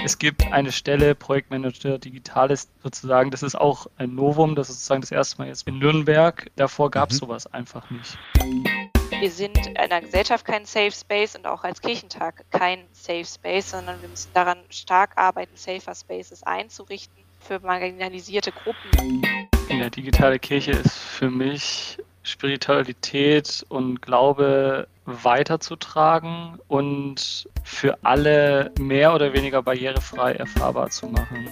Es gibt eine Stelle, Projektmanager Digitales sozusagen. Das ist auch ein Novum. Das ist sozusagen das erste Mal jetzt in Nürnberg. Davor gab es sowas einfach nicht. Wir sind in einer Gesellschaft kein Safe Space und auch als Kirchentag kein Safe Space, sondern wir müssen daran stark arbeiten, Safer Spaces einzurichten für marginalisierte Gruppen. Ja, digitale Kirche ist für mich Spiritualität und Glaube weiterzutragen und für alle mehr oder weniger barrierefrei erfahrbar zu machen.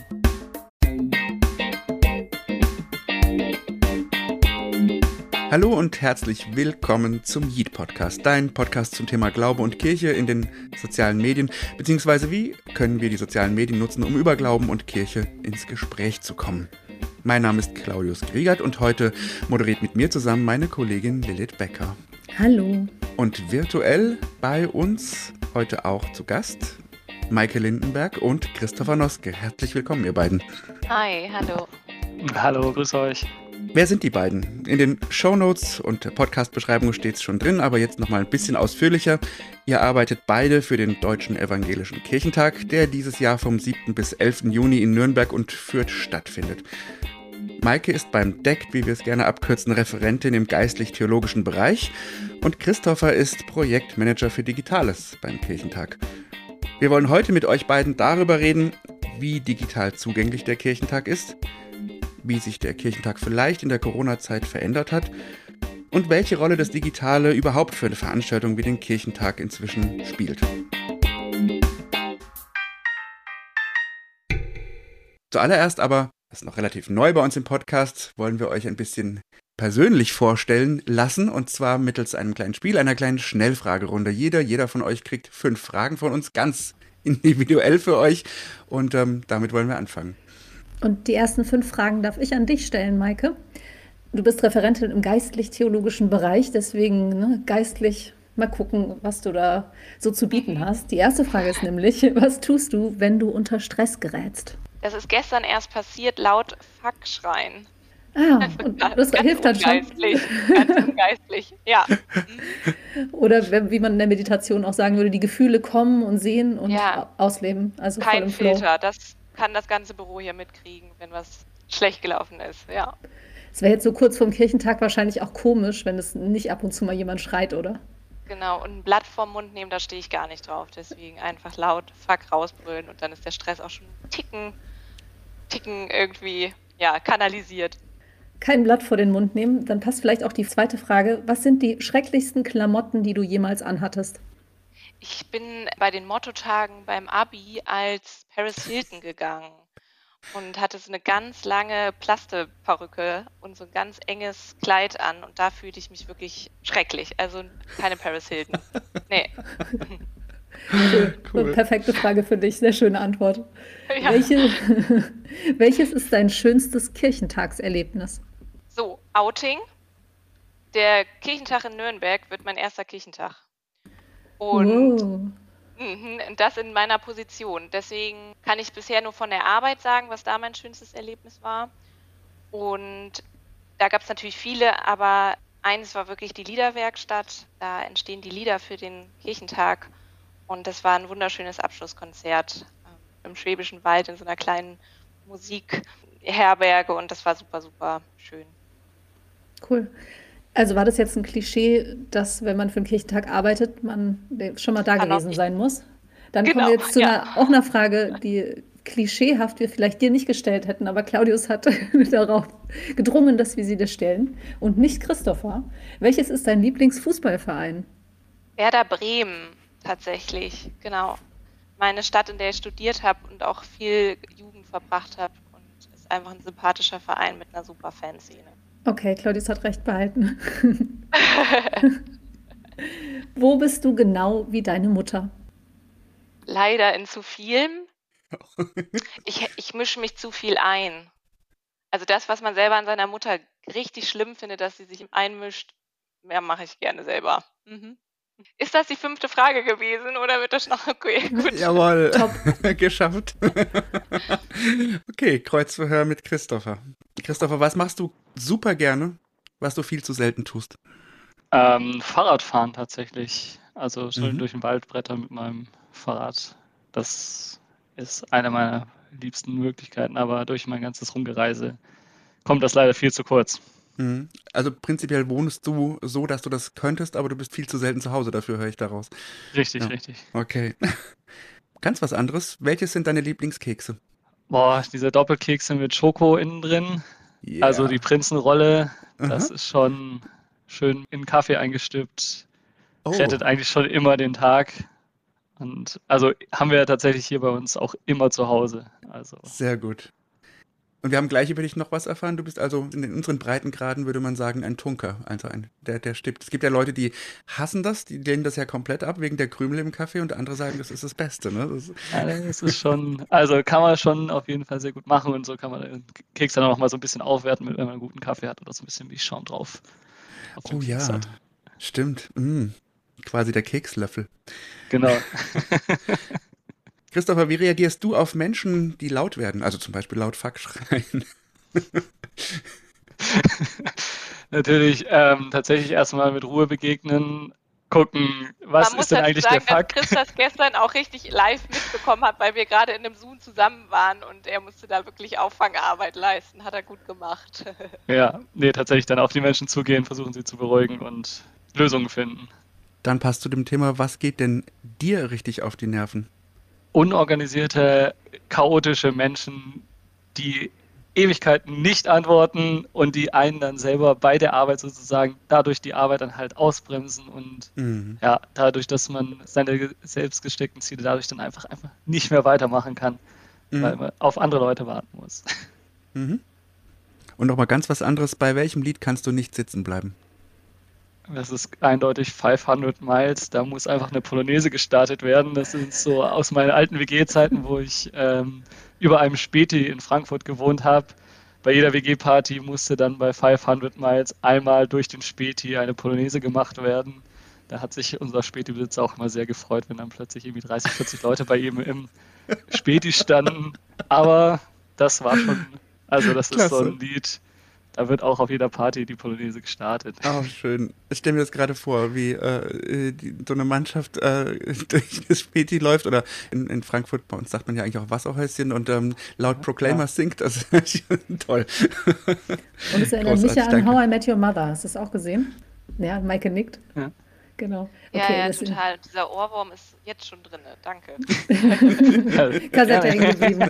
Hallo und herzlich willkommen zum Yeet-Podcast, dein Podcast zum Thema Glaube und Kirche in den sozialen Medien, beziehungsweise wie können wir die sozialen Medien nutzen, um über Glauben und Kirche ins Gespräch zu kommen. Mein Name ist Claudius Griegert und heute moderiert mit mir zusammen meine Kollegin Lilith Becker. Hallo. Und virtuell bei uns heute auch zu Gast Maike Lindenberg und Christopher Noske. Herzlich willkommen, ihr beiden. Hi, hallo. Hallo, grüß euch. Wer sind die beiden? In den Shownotes und der Podcast-Beschreibung steht es schon drin, aber jetzt nochmal ein bisschen ausführlicher. Ihr arbeitet beide für den Deutschen Evangelischen Kirchentag, der dieses Jahr vom 7. bis 11. Juni in Nürnberg und Fürth stattfindet. Maike ist beim DECT, wie wir es gerne abkürzen, Referentin im geistlich-theologischen Bereich und Christopher ist Projektmanager für Digitales beim Kirchentag. Wir wollen heute mit euch beiden darüber reden, wie digital zugänglich der Kirchentag ist, wie sich der Kirchentag vielleicht in der Corona-Zeit verändert hat und welche Rolle das Digitale überhaupt für eine Veranstaltung wie den Kirchentag inzwischen spielt. Zuallererst aber, das ist noch relativ neu bei uns im Podcast, wollen wir euch ein bisschen persönlich vorstellen lassen und zwar mittels einem kleinen Spiel, einer kleinen Schnellfragerunde. Jeder von euch kriegt 5 Fragen von uns, ganz individuell für euch und damit wollen wir anfangen. Und die ersten 5 Fragen darf ich an dich stellen, Maike. Du bist Referentin im geistlich-theologischen Bereich, deswegen geistlich mal gucken, was du da so zu bieten hast. Die erste Frage ist nämlich, was tust du, wenn du unter Stress gerätst? Das ist gestern erst passiert, laut Fuck schreien. Ah, und das hilft dann schon. Ganz ungeistlich, ja. Oder wie man in der Meditation auch sagen würde, die Gefühle kommen und sehen und ausleben. Also voll Kein im Flow. Filter, das kann das ganze Büro hier mitkriegen, wenn was schlecht gelaufen ist, ja. Es wäre jetzt so kurz vorm Kirchentag wahrscheinlich auch komisch, wenn es nicht ab und zu mal jemand schreit, oder? Genau, und ein Blatt vorm Mund nehmen, da stehe ich gar nicht drauf. Deswegen einfach laut Fuck rausbrüllen und dann ist der Stress auch schon Ticken irgendwie, kanalisiert. Kein Blatt vor den Mund nehmen, dann passt vielleicht auch die zweite Frage. Was sind die schrecklichsten Klamotten, die du jemals anhattest? Ich bin bei den Mottotagen beim Abi als Paris Hilton gegangen und hatte so eine ganz lange Plasteperücke und so ein ganz enges Kleid an und da fühlte ich mich wirklich schrecklich. Also keine Paris Hilton. Nee. Cool. Perfekte Frage für dich, sehr schöne Antwort. Ja. Welches ist dein schönstes Kirchentagserlebnis? So, Outing. Der Kirchentag in Nürnberg wird mein erster Kirchentag. Und das in meiner Position. Deswegen kann ich bisher nur von der Arbeit sagen, was da mein schönstes Erlebnis war. Und da gab es natürlich viele, aber eines war wirklich die Liederwerkstatt. Da entstehen die Lieder für den Kirchentag. Und das war ein wunderschönes Abschlusskonzert im Schwäbischen Wald in so einer kleinen Musikherberge. Und das war super, super schön. Cool. Also war das jetzt ein Klischee, dass, wenn man für den Kirchentag arbeitet, man schon mal da gewesen sein muss? Dann kommen wir jetzt zu einer Frage, die klischeehaft wir vielleicht dir nicht gestellt hätten, aber Claudius hat darauf gedrungen, dass wir sie dir stellen und nicht Christopher. Welches ist dein Lieblingsfußballverein? Werder Bremen, tatsächlich, genau. Meine Stadt, in der ich studiert habe und auch viel Jugend verbracht habe und ist einfach ein sympathischer Verein mit einer super Fanszene. Okay, Claudius hat recht behalten. Wo bist du genau wie deine Mutter? Leider in zu vielem. Ich mische mich zu viel ein. Also das, was man selber an seiner Mutter richtig schlimm findet, dass sie sich einmischt, mehr mache ich gerne selber. Ist das die 5. Frage gewesen oder wird das noch okay? Gut. Jawohl, top. Geschafft. Okay, Kreuzverhör mit Christopher. Christopher, was machst du super gerne, was du viel zu selten tust? Fahrradfahren tatsächlich. Also schön durch den Wald brettern mit meinem Fahrrad. Das ist eine meiner liebsten Möglichkeiten, aber durch mein ganzes Rumgereise kommt das leider viel zu kurz. Also prinzipiell wohnst du so, dass du das könntest, aber du bist viel zu selten zu Hause, dafür höre ich daraus. Richtig, Ja. richtig. Okay. Ganz was anderes. Welches sind deine Lieblingskekse? Boah, diese Doppelkekse mit Schoko innen drin, also die Yeah. Prinzenrolle, Aha. das ist schon schön in Kaffee eingestülpt, Oh, rettet eigentlich schon immer den Tag. Und also haben wir tatsächlich hier bei uns auch immer zu Hause. Also sehr gut. Und wir haben gleich über dich noch was erfahren. Du bist also in unseren Breitengraden, würde man sagen, ein Tunker. Also der stippt. Es gibt ja Leute, die hassen das, die lehnen das ja komplett ab wegen der Krümel im Kaffee und andere sagen, das ist das Beste. Ne? das ist schon, also kann man schon auf jeden Fall sehr gut machen und so kann man den Keks dann auch noch mal so ein bisschen aufwerten, wenn man einen guten Kaffee hat oder so ein bisschen wie Schaum drauf auf dem Oh Keks ja, hat. stimmt. Quasi der Kekslöffel. Genau. Christopher, wie reagierst du auf Menschen, die laut werden? Also zum Beispiel laut Fuck schreien. Natürlich tatsächlich erstmal mit Ruhe begegnen, gucken, was Man muss ist denn dazu eigentlich der sagen, dass Fuck? Chris das gestern auch richtig live mitbekommen hat, weil wir gerade in einem Zoom zusammen waren und er musste da wirklich Auffangarbeit leisten. Hat er gut gemacht. Ja, nee, tatsächlich dann auf die Menschen zugehen, versuchen sie zu beruhigen und Lösungen finden. Dann passt zu dem Thema, was geht denn dir richtig auf die Nerven? Unorganisierte, chaotische Menschen, die Ewigkeiten nicht antworten und die einen dann selber bei der Arbeit sozusagen dadurch die Arbeit dann halt ausbremsen und ja, dadurch, dass man seine selbst gesteckten Ziele dadurch dann einfach nicht mehr weitermachen kann, weil man auf andere Leute warten muss. Und nochmal ganz was anderes, bei welchem Lied kannst du nicht sitzen bleiben? Das ist eindeutig 500 Miles, da muss einfach eine Polonaise gestartet werden. Das sind so aus meinen alten WG-Zeiten, wo ich über einem Späti in Frankfurt gewohnt habe. Bei jeder WG-Party musste dann bei 500 Miles einmal durch den Späti eine Polonaise gemacht werden. Da hat sich unser Späti-Besitzer auch immer sehr gefreut, wenn dann plötzlich irgendwie 30, 40 Leute bei ihm im Späti standen. Aber das war schon, also das ist so Klasse. ein Lied, da wird auch auf jeder Party die Polonaise gestartet. Oh, schön. Ich stelle mir das gerade vor, wie so eine Mannschaft durch das Späti läuft oder in Frankfurt, bei uns sagt man ja eigentlich auch Wasserhäuschen und laut Proclaimers singt. Das ist toll. Und es erinnert mich ja an How I Met Your Mother. Hast du das auch gesehen? Ja, Maike nickt. Ja. Genau. Okay, ja, total. Dieser Ohrwurm ist jetzt schon drin. Danke. Kassette hängen geblieben.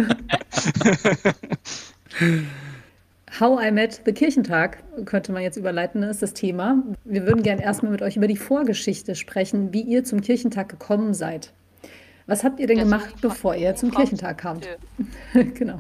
How I Met the Kirchentag, könnte man jetzt überleiten, ist das Thema. Wir würden gerne erstmal mit euch über die Vorgeschichte sprechen, wie ihr zum Kirchentag gekommen seid. Was habt ihr denn gemacht, bevor ihr zum Kirchentag kamt? Genau.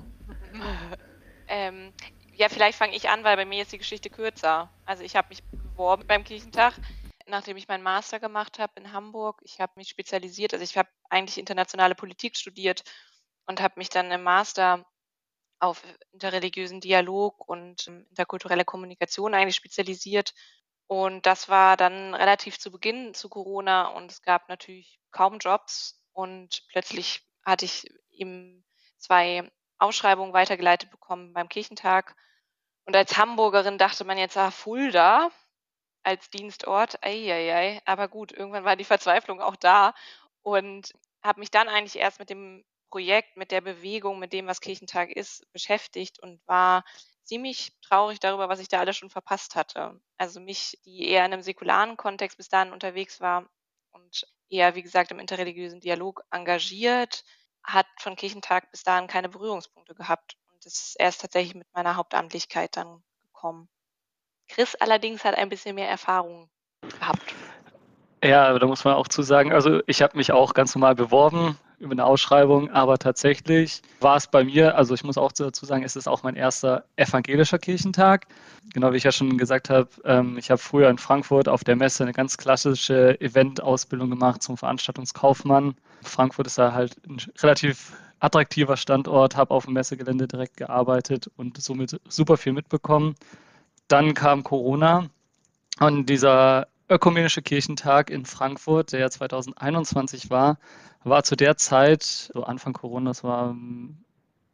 Ja, vielleicht fange ich an, weil bei mir ist die Geschichte kürzer. Also ich habe mich beworben beim Kirchentag, nachdem ich meinen Master gemacht habe in Hamburg. Ich habe mich spezialisiert, also ich habe eigentlich internationale Politik studiert und habe mich dann im Master auf interreligiösen Dialog und interkulturelle Kommunikation eigentlich spezialisiert. Und das war dann relativ zu Beginn zu Corona und es gab natürlich kaum Jobs und plötzlich hatte ich eben 2 Ausschreibungen weitergeleitet bekommen beim Kirchentag. Und als Hamburgerin dachte man jetzt, Fulda als Dienstort, ei. Aber gut, irgendwann war die Verzweiflung auch da und habe mich dann eigentlich erst mit dem Projekt, mit der Bewegung, mit dem, was Kirchentag ist, beschäftigt und war ziemlich traurig darüber, was ich da alles schon verpasst hatte. Also mich, die eher in einem säkularen Kontext bis dahin unterwegs war und eher, wie gesagt, im interreligiösen Dialog engagiert, hat von Kirchentag bis dahin keine Berührungspunkte gehabt. Und das ist erst tatsächlich mit meiner Hauptamtlichkeit dann gekommen. Chris allerdings hat ein bisschen mehr Erfahrung gehabt. Ja, aber da muss man auch zu sagen, also ich habe mich auch ganz normal beworben über eine Ausschreibung, aber tatsächlich war es bei mir, also ich muss auch dazu sagen, es ist auch mein erster evangelischer Kirchentag. Genau wie ich ja schon gesagt habe, ich habe früher in Frankfurt auf der Messe eine ganz klassische Event-Ausbildung gemacht zum Veranstaltungskaufmann. Frankfurt ist da halt ein relativ attraktiver Standort, habe auf dem Messegelände direkt gearbeitet und somit super viel mitbekommen. Dann kam Corona und dieser ökumenische Kirchentag in Frankfurt, der ja 2021 war zu der Zeit, so Anfang Corona, das war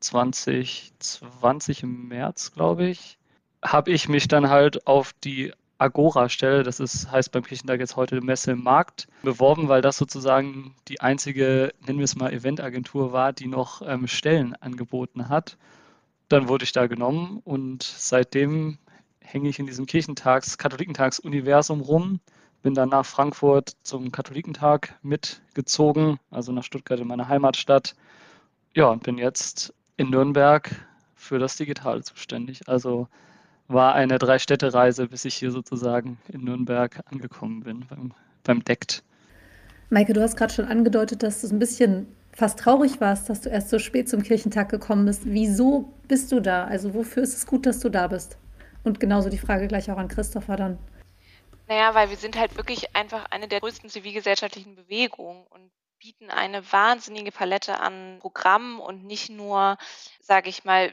2020 im März, glaube ich, habe ich mich dann halt auf die Agora-Stelle, heißt beim Kirchentag jetzt heute Messe im Markt, beworben, weil das sozusagen die einzige, nennen wir es mal, Eventagentur war, die noch Stellen angeboten hat. Dann wurde ich da genommen und seitdem hänge ich in diesem Katholikentags-Universum rum, bin dann nach Frankfurt zum Katholikentag mitgezogen, also nach Stuttgart in meine Heimatstadt. Ja, und bin jetzt in Nürnberg für das Digitale zuständig. Also war eine 3-Städte-Reise, bis ich hier sozusagen in Nürnberg angekommen bin, beim DECT. Maike, du hast gerade schon angedeutet, dass du ein bisschen fast traurig warst, dass du erst so spät zum Kirchentag gekommen bist. Wieso bist du da? Also wofür ist es gut, dass du da bist? Und genauso die Frage gleich auch an Christopher dann. Naja, weil wir sind halt wirklich einfach eine der größten zivilgesellschaftlichen Bewegungen und bieten eine wahnsinnige Palette an Programmen und nicht nur, sage ich mal,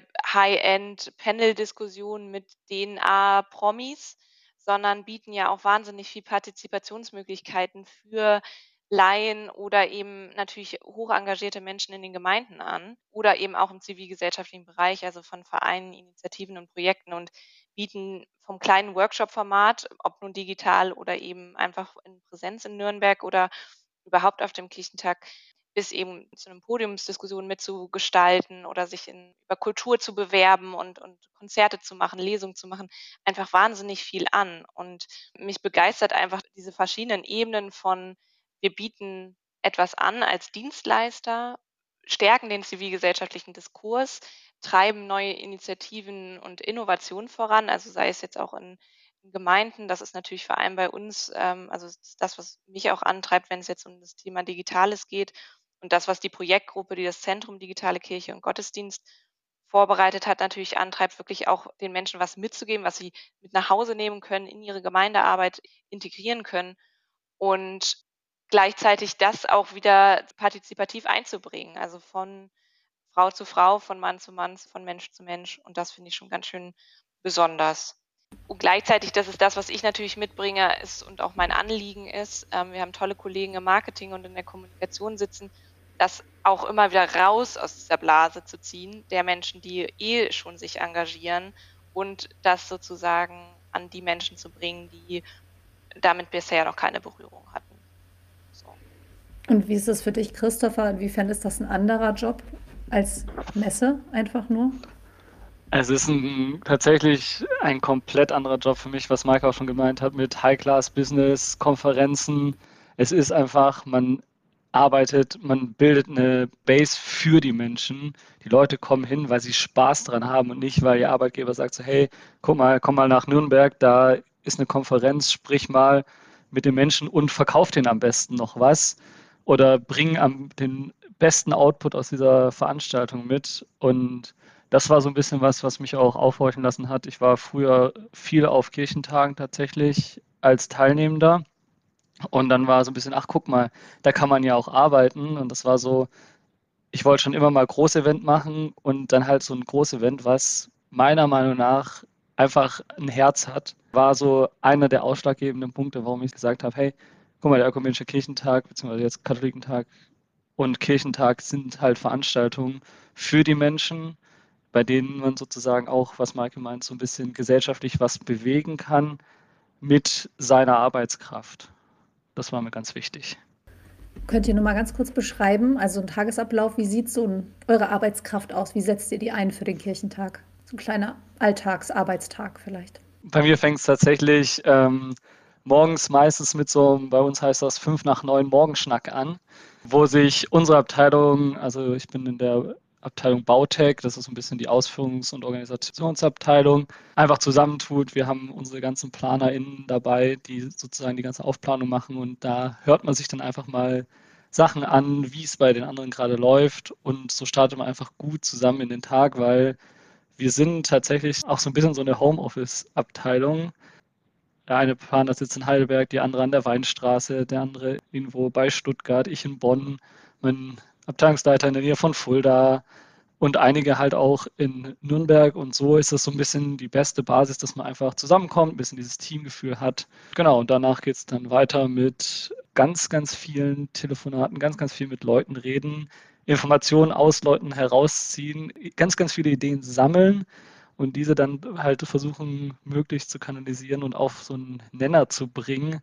High-End-Panel-Diskussionen mit DNA-Promis, sondern bieten ja auch wahnsinnig viel Partizipationsmöglichkeiten für Laien oder eben natürlich hoch engagierte Menschen in den Gemeinden an oder eben auch im zivilgesellschaftlichen Bereich, also von Vereinen, Initiativen und Projekten und bieten vom kleinen Workshop-Format, ob nun digital oder eben einfach in Präsenz in Nürnberg oder überhaupt auf dem Kirchentag, bis eben zu einem Podiumsdiskussion mitzugestalten oder sich über Kultur zu bewerben und Konzerte zu machen, Lesungen zu machen, einfach wahnsinnig viel an. Und mich begeistert einfach diese verschiedenen Ebenen von, wir bieten etwas an als Dienstleister, stärken den zivilgesellschaftlichen Diskurs, treiben neue Initiativen und Innovationen voran, also sei es jetzt auch in Gemeinden. Das ist natürlich vor allem bei uns, also das, was mich auch antreibt, wenn es jetzt um das Thema Digitales geht und das, was die Projektgruppe, die das Zentrum Digitale Kirche und Gottesdienst vorbereitet hat, natürlich antreibt, wirklich auch den Menschen was mitzugeben, was sie mit nach Hause nehmen können, in ihre Gemeindearbeit integrieren können und gleichzeitig das auch wieder partizipativ einzubringen, also von Frau zu Frau, von Mann zu Mann, von Mensch zu Mensch. Und das finde ich schon ganz schön besonders. Und gleichzeitig, das ist das, was ich natürlich mitbringe ist und auch mein Anliegen ist. Wir haben tolle Kollegen im Marketing und in der Kommunikation sitzen, das auch immer wieder raus aus dieser Blase zu ziehen, der Menschen, die schon sich engagieren und das sozusagen an die Menschen zu bringen, die damit bisher noch keine Berührung hatten. So. Und wie ist es für dich, Christopher? Inwiefern ist das ein anderer Job als Messe einfach nur? Es ist tatsächlich ein komplett anderer Job für mich, was Maike auch schon gemeint hat, mit High-Class-Business, Konferenzen. Es ist einfach, man arbeitet, man bildet eine Base für die Menschen. Die Leute kommen hin, weil sie Spaß dran haben und nicht, weil ihr Arbeitgeber sagt so, hey, guck mal, komm mal nach Nürnberg, da ist eine Konferenz, sprich mal mit den Menschen und verkauf denen am besten noch was oder bring den besten Output aus dieser Veranstaltung mit. Und das war so ein bisschen was mich auch aufhorchen lassen hat. Ich war früher viel auf Kirchentagen tatsächlich als Teilnehmender. Und dann war so ein bisschen, ach guck mal, da kann man ja auch arbeiten. Und das war so, ich wollte schon immer mal Großevent machen und dann halt so ein Großevent, was meiner Meinung nach einfach ein Herz hat, war so einer der ausschlaggebenden Punkte, warum ich gesagt habe, hey, guck mal, der Ökumenische Kirchentag, beziehungsweise jetzt Katholikentag und Kirchentag sind halt Veranstaltungen für die Menschen, bei denen man sozusagen auch, was Maike meint, so ein bisschen gesellschaftlich was bewegen kann mit seiner Arbeitskraft. Das war mir ganz wichtig. Könnt ihr nur mal ganz kurz beschreiben, also ein Tagesablauf, wie sieht eure Arbeitskraft aus? Wie setzt ihr die ein für den Kirchentag? So ein kleiner Alltagsarbeitstag vielleicht. Bei mir fängt es tatsächlich morgens meistens mit bei uns heißt das 5 nach 9 Morgenschnack an, wo sich unsere Abteilung, also ich bin in der Abteilung Bautech, das ist ein bisschen die Ausführungs- und Organisationsabteilung, einfach zusammentut. Wir haben unsere ganzen PlanerInnen dabei, die sozusagen die ganze Aufplanung machen und da hört man sich dann einfach mal Sachen an, wie es bei den anderen gerade läuft und so startet man einfach gut zusammen in den Tag, weil wir sind tatsächlich auch so ein bisschen so eine Homeoffice-Abteilung. Der eine Partner sitzt in Heidelberg, die andere an der Weinstraße, der andere irgendwo bei Stuttgart, ich in Bonn, mein Abteilungsleiter in der Nähe von Fulda und einige halt auch in Nürnberg. Und so ist das so ein bisschen die beste Basis, dass man einfach zusammenkommt, ein bisschen dieses Teamgefühl hat. Genau, und danach geht es dann weiter mit ganz, ganz vielen Telefonaten, ganz, ganz viel mit Leuten reden, Informationen aus Leuten herausziehen, ganz, ganz viele Ideen sammeln und diese dann halt versuchen, möglichst zu kanalisieren und auf so einen Nenner zu bringen.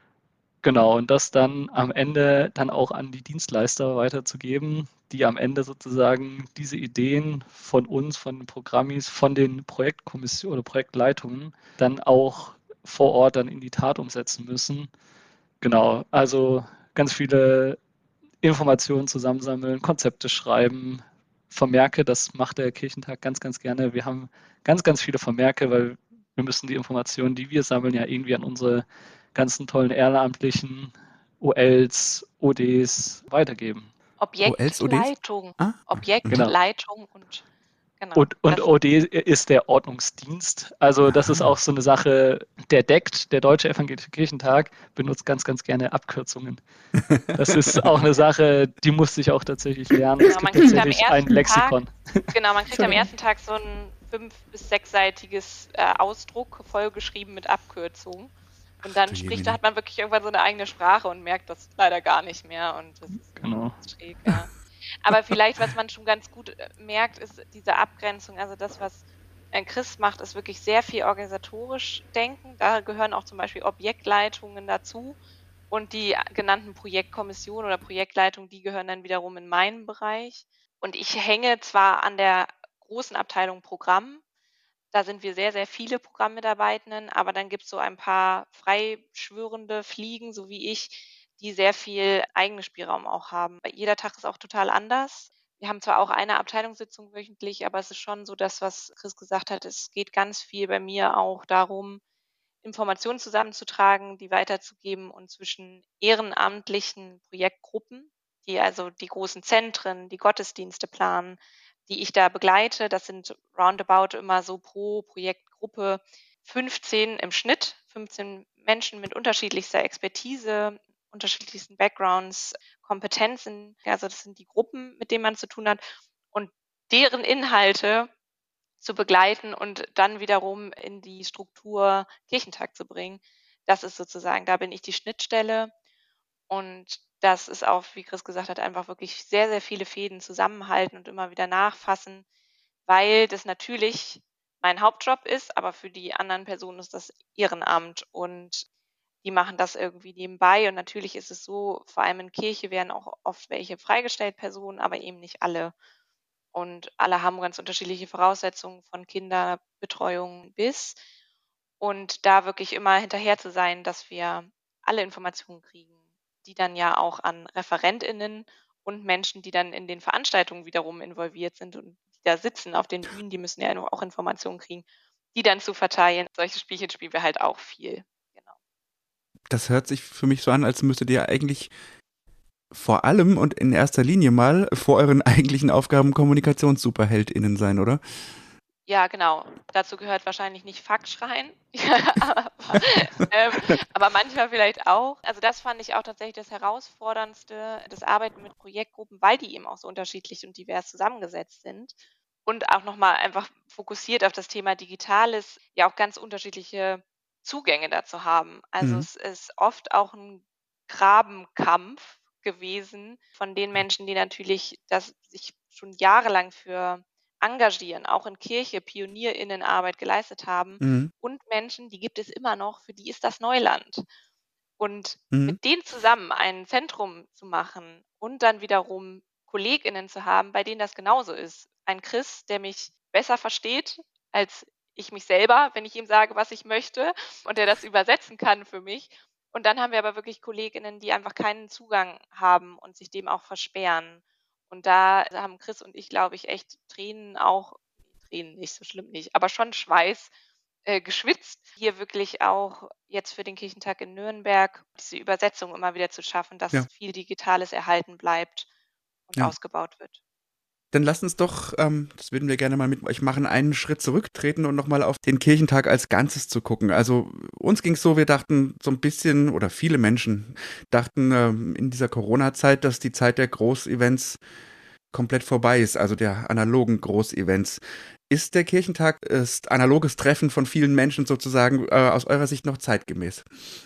Genau, und das dann am Ende dann auch an die Dienstleister weiterzugeben, die am Ende sozusagen diese Ideen von uns, von den Programmis, von den Projektkommissionen oder Projektleitungen dann auch vor Ort dann in die Tat umsetzen müssen. Genau, also ganz viele Informationen zusammensammeln, Konzepte schreiben, Vermerke, das macht der Kirchentag ganz, ganz gerne. Wir haben ganz, ganz viele Vermerke, weil wir müssen die Informationen, die wir sammeln, ja irgendwie an unsere ganzen tollen Ehrenamtlichen, OLs, ODs weitergeben. Objektleitung. Ah, Objektleitung und genau. Und OD ist der Ordnungsdienst. Also das ist auch so eine Sache, der Deutsche Evangelische Kirchentag benutzt ganz, ganz gerne Abkürzungen. Das ist auch eine Sache, die musste ich auch tatsächlich lernen. Genau, es gibt tatsächlich ein Lexikon. Genau, man kriegt am ersten Tag so ein 5- bis 6-seitiges Ausdruck, vollgeschrieben mit Abkürzungen. Und dann da hat man wirklich irgendwann so eine eigene Sprache und merkt das leider gar nicht mehr. Und das ist genau. Schräg, ja. Aber vielleicht, was man schon ganz gut merkt, ist diese Abgrenzung. Also das, was ein Chris macht, ist wirklich sehr viel organisatorisch denken. Da gehören auch zum Beispiel Objektleitungen dazu. Und die genannten Projektkommissionen oder Projektleitungen, die gehören dann wiederum in meinen Bereich. Und ich hänge zwar an der großen Abteilung Programm, da sind wir sehr, sehr viele Programmmitarbeitenden, aber dann gibt es so ein paar freischwörende Fliegen, so wie ich, die sehr viel eigenen Spielraum auch haben. Jeder Tag ist auch total anders. Wir haben zwar auch eine Abteilungssitzung wöchentlich, aber es ist schon so das, was Chris gesagt hat, es geht ganz viel bei mir auch darum, Informationen zusammenzutragen, die weiterzugeben und zwischen ehrenamtlichen Projektgruppen, die also die großen Zentren, die Gottesdienste planen, die ich da begleite. Das sind roundabout immer so pro Projektgruppe 15 im Schnitt, 15 Menschen mit unterschiedlichster Expertise, unterschiedlichsten Backgrounds, Kompetenzen. Also das sind die Gruppen, mit denen man zu tun hat und deren Inhalte zu begleiten und dann wiederum in die Struktur Kirchentag zu bringen. Das ist sozusagen, da bin ich die Schnittstelle. Und das ist auch, wie Chris gesagt hat, einfach wirklich sehr, sehr viele Fäden zusammenhalten und immer wieder nachfassen, weil das natürlich mein Hauptjob ist, aber für die anderen Personen ist das Ehrenamt und die machen das irgendwie nebenbei. Und natürlich ist es so, vor allem in Kirche werden auch oft welche freigestellt Personen, aber eben nicht alle. Und alle haben ganz unterschiedliche Voraussetzungen von Kinderbetreuung bis. Und da wirklich immer hinterher zu sein, dass wir alle Informationen kriegen, die dann ja auch an ReferentInnen und Menschen, die dann in den Veranstaltungen wiederum involviert sind und die da sitzen auf den Bühnen, die müssen ja auch Informationen kriegen, die dann zu verteilen. Solche Spielchen spielen wir halt auch viel. Genau. Das hört sich für mich so an, als müsstet ihr eigentlich vor allem und in erster Linie mal vor euren eigentlichen Aufgaben KommunikationssuperheldInnen sein, oder? Ja, genau. Dazu gehört wahrscheinlich nicht Faxschreien, aber manchmal vielleicht auch. Also das fand ich auch tatsächlich das Herausforderndste, das Arbeiten mit Projektgruppen, weil die eben auch so unterschiedlich und divers zusammengesetzt sind. Und auch nochmal einfach fokussiert auf das Thema Digitales, ja auch ganz unterschiedliche Zugänge dazu haben. Also es ist oft auch ein Grabenkampf gewesen von den Menschen, die natürlich das sich schon jahrelang für engagieren, auch in Kirche PionierInnenarbeit geleistet haben und Menschen, die gibt es immer noch, für die ist das Neuland. Und mit denen zusammen ein Zentrum zu machen und dann wiederum KollegInnen zu haben, bei denen das genauso ist. Ein Chris, der mich besser versteht als ich mich selber, wenn ich ihm sage, was ich möchte und der das übersetzen kann für mich. Und dann haben wir aber wirklich KollegInnen, die einfach keinen Zugang haben und sich dem auch versperren. Und da haben Chris und ich, glaube ich, echt Tränen nicht, so schlimm nicht, aber schon Schweiß geschwitzt, hier wirklich auch jetzt für den Kirchentag in Nürnberg diese Übersetzung immer wieder zu schaffen, dass viel Digitales erhalten bleibt und ausgebaut wird. Dann lasst uns doch, das würden wir gerne mal mit euch machen, einen Schritt zurücktreten und nochmal auf den Kirchentag als Ganzes zu gucken. Also uns ging es so, wir dachten so ein bisschen, oder viele Menschen dachten in dieser Corona-Zeit, dass die Zeit der Großevents komplett vorbei ist, also der analogen Großevents. Ist der Kirchentag, ist analoges Treffen von vielen Menschen sozusagen aus eurer Sicht noch zeitgemäß?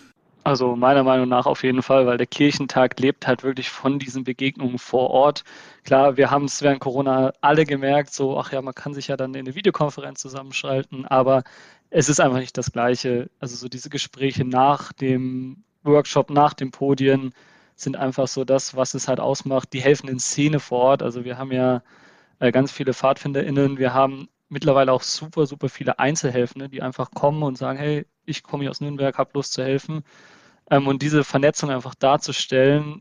Also meiner Meinung nach auf jeden Fall, weil der Kirchentag lebt halt wirklich von diesen Begegnungen vor Ort. Klar, wir haben es während Corona alle gemerkt, so, ach ja, man kann sich ja dann in eine Videokonferenz zusammenschalten, aber es ist einfach nicht das Gleiche. Also so diese Gespräche nach dem Workshop, nach den Podien sind einfach so das, was es halt ausmacht. Die helfenden Szene vor Ort. Also wir haben ja ganz viele PfadfinderInnen. Wir haben mittlerweile auch super, super viele Einzelhelfende, die einfach kommen und sagen, hey, ich komme hier aus Nürnberg, habe Lust zu helfen. Und diese Vernetzung einfach darzustellen,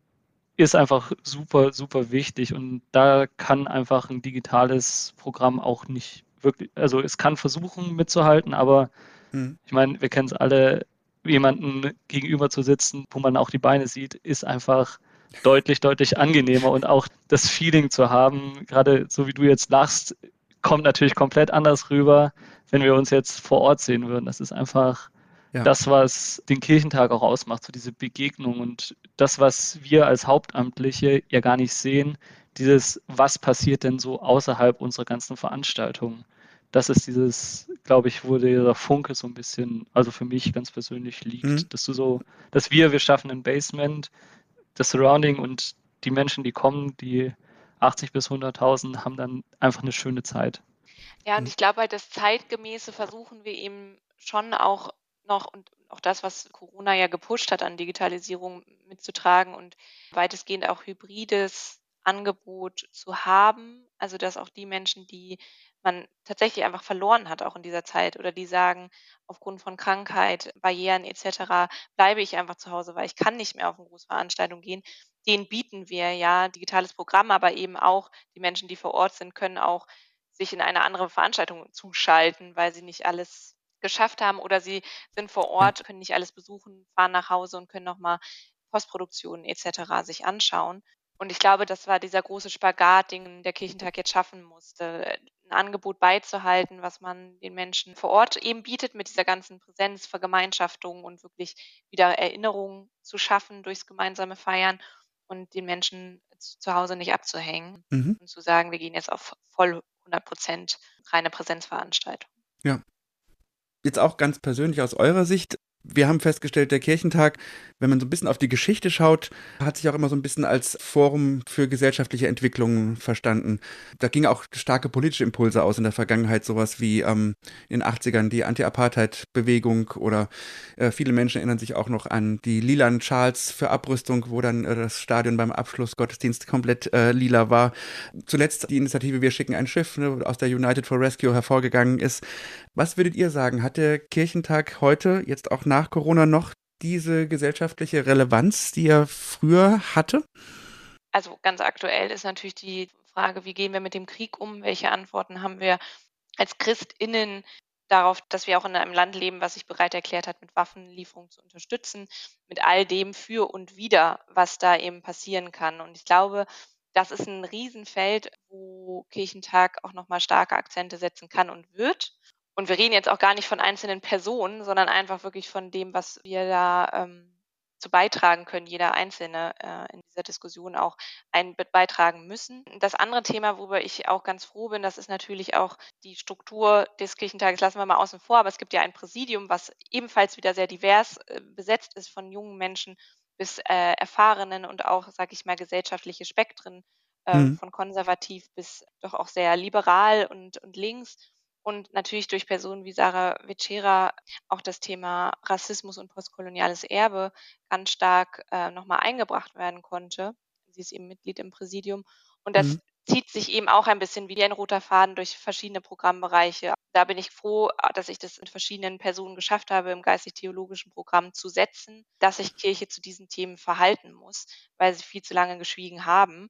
ist einfach super, super wichtig. Und da kann einfach ein digitales Programm auch nicht wirklich, also es kann versuchen mitzuhalten, aber ich meine, wir kennen es alle, jemanden gegenüber zu sitzen, wo man auch die Beine sieht, ist einfach deutlich, deutlich angenehmer und auch das Feeling zu haben, gerade so wie du jetzt lachst, kommt natürlich komplett anders rüber, wenn wir uns jetzt vor Ort sehen würden. Das ist einfach das, was den Kirchentag auch ausmacht, so diese Begegnung und das, was wir als Hauptamtliche ja gar nicht sehen, dieses, was passiert denn so außerhalb unserer ganzen Veranstaltungen. Das ist dieses, glaube ich, wo dieser Funke so ein bisschen, also für mich ganz persönlich liegt, dass wir schaffen ein Basement, das Surrounding und die Menschen, die kommen, die 80 bis 100.000, haben dann einfach eine schöne Zeit. Ja, und ich glaube halt, das Zeitgemäße versuchen wir eben schon auch noch und auch das, was Corona ja gepusht hat an Digitalisierung mitzutragen und weitestgehend auch hybrides Angebot zu haben. Also, dass auch die Menschen, die man tatsächlich einfach verloren hat, auch in dieser Zeit oder die sagen, aufgrund von Krankheit, Barrieren etc. bleibe ich einfach zu Hause, weil ich kann nicht mehr auf eine Großveranstaltung gehen. Denen bieten wir ja digitales Programm, aber eben auch die Menschen, die vor Ort sind, können auch sich in eine andere Veranstaltung zuschalten, weil sie nicht alles geschafft haben oder sie sind vor Ort, können nicht alles besuchen, fahren nach Hause und können nochmal Postproduktionen etc. sich anschauen. Und ich glaube, das war dieser große Spagat, den der Kirchentag jetzt schaffen musste, ein Angebot beizuhalten, was man den Menschen vor Ort eben bietet mit dieser ganzen Präsenz, Vergemeinschaftung und wirklich wieder Erinnerungen zu schaffen durchs gemeinsame Feiern und den Menschen zu Hause nicht abzuhängen und zu sagen, wir gehen jetzt auf voll 100% reine Präsenzveranstaltung. Ja. Jetzt auch ganz persönlich aus eurer Sicht. Wir haben festgestellt, der Kirchentag, wenn man so ein bisschen auf die Geschichte schaut, hat sich auch immer so ein bisschen als Forum für gesellschaftliche Entwicklungen verstanden. Da gingen auch starke politische Impulse aus in der Vergangenheit, sowas wie in den 80ern die Anti-Apartheid-Bewegung oder viele Menschen erinnern sich auch noch an die lilanen Schals für Abrüstung, wo dann das Stadion beim Abschlussgottesdienst komplett lila war. Zuletzt die Initiative Wir schicken ein Schiff, ne, aus der United for Rescue hervorgegangen ist. Was würdet ihr sagen, hat der Kirchentag heute, jetzt auch nach Corona, noch diese gesellschaftliche Relevanz, die er früher hatte? Also ganz aktuell ist natürlich die Frage, wie gehen wir mit dem Krieg um? Welche Antworten haben wir als ChristInnen darauf, dass wir auch in einem Land leben, was sich bereit erklärt hat, mit Waffenlieferungen zu unterstützen, mit all dem für und wider, was da eben passieren kann. Und ich glaube, das ist ein Riesenfeld, wo Kirchentag auch nochmal starke Akzente setzen kann und wird. Und wir reden jetzt auch gar nicht von einzelnen Personen, sondern einfach wirklich von dem, was wir da zu beitragen können, jeder Einzelne in dieser Diskussion auch beitragen müssen. Das andere Thema, worüber ich auch ganz froh bin, das ist natürlich auch die Struktur des Kirchentages, lassen wir mal außen vor, aber es gibt ja ein Präsidium, was ebenfalls wieder sehr divers besetzt ist, von jungen Menschen bis Erfahrenen und auch, sage ich mal, gesellschaftliche Spektren, von konservativ bis doch auch sehr liberal und links. Und natürlich durch Personen wie Sarah Vecera auch das Thema Rassismus und postkoloniales Erbe ganz stark nochmal eingebracht werden konnte. Sie ist eben Mitglied im Präsidium. Und das zieht sich eben auch ein bisschen wie ein roter Faden durch verschiedene Programmbereiche. Da bin ich froh, dass ich das mit verschiedenen Personen geschafft habe, im geistig-theologischen Programm zu setzen, dass sich Kirche zu diesen Themen verhalten muss, weil sie viel zu lange geschwiegen haben.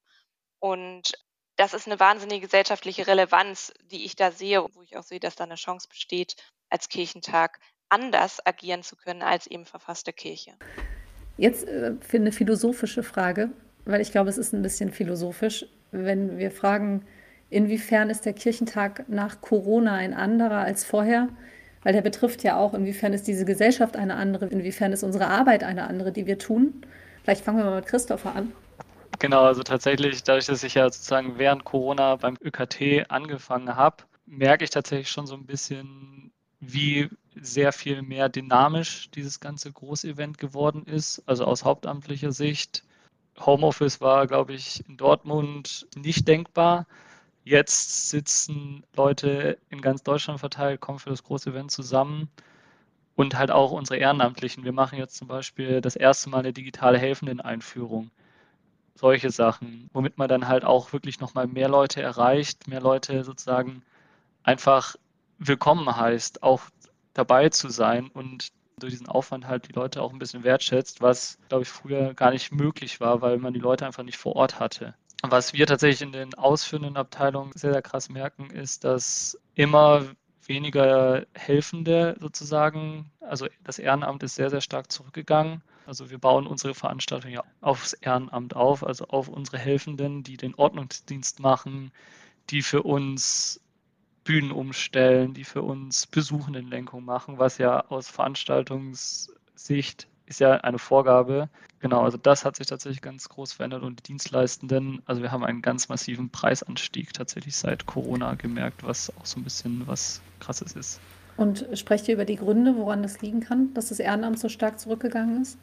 Und das ist eine wahnsinnige gesellschaftliche Relevanz, die ich da sehe, wo ich auch sehe, dass da eine Chance besteht, als Kirchentag anders agieren zu können als eben verfasste Kirche. Jetzt für eine philosophische Frage, weil ich glaube, es ist ein bisschen philosophisch, wenn wir fragen, inwiefern ist der Kirchentag nach Corona ein anderer als vorher? Weil der betrifft ja auch, inwiefern ist diese Gesellschaft eine andere, inwiefern ist unsere Arbeit eine andere, die wir tun. Vielleicht fangen wir mal mit Christopher an. Genau, also tatsächlich, dadurch, dass ich ja sozusagen während Corona beim ÖKT angefangen habe, merke ich tatsächlich schon so ein bisschen wie sehr viel mehr dynamisch dieses ganze Großevent geworden ist, also aus hauptamtlicher Sicht. Homeoffice war, glaube ich, in Dortmund nicht denkbar. Jetzt sitzen Leute in ganz Deutschland verteilt, kommen für das große Event zusammen und halt auch unsere Ehrenamtlichen. Wir machen jetzt zum Beispiel das erste Mal eine digitale Helfenden-Einführung. Solche Sachen, womit man dann halt auch wirklich nochmal mehr Leute erreicht, mehr Leute sozusagen einfach willkommen heißt, auch dabei zu sein und durch diesen Aufwand halt die Leute auch ein bisschen wertschätzt, was, glaube ich, früher gar nicht möglich war, weil man die Leute einfach nicht vor Ort hatte. Was wir tatsächlich in den ausführenden Abteilungen sehr, sehr krass merken, ist, dass immer weniger Helfende sozusagen, also das Ehrenamt ist sehr, sehr stark zurückgegangen. Also wir bauen unsere Veranstaltung ja aufs Ehrenamt auf, also auf unsere Helfenden, die den Ordnungsdienst machen, die für uns Bühnen umstellen, die für uns Besuchendenlenkung machen, was ja aus Veranstaltungssicht ist ja eine Vorgabe. Genau, also das hat sich tatsächlich ganz groß verändert und die Dienstleistenden, also wir haben einen ganz massiven Preisanstieg tatsächlich seit Corona gemerkt, was auch so ein bisschen was Krasses ist. Und sprecht ihr über die Gründe, woran das liegen kann, dass das Ehrenamt so stark zurückgegangen ist?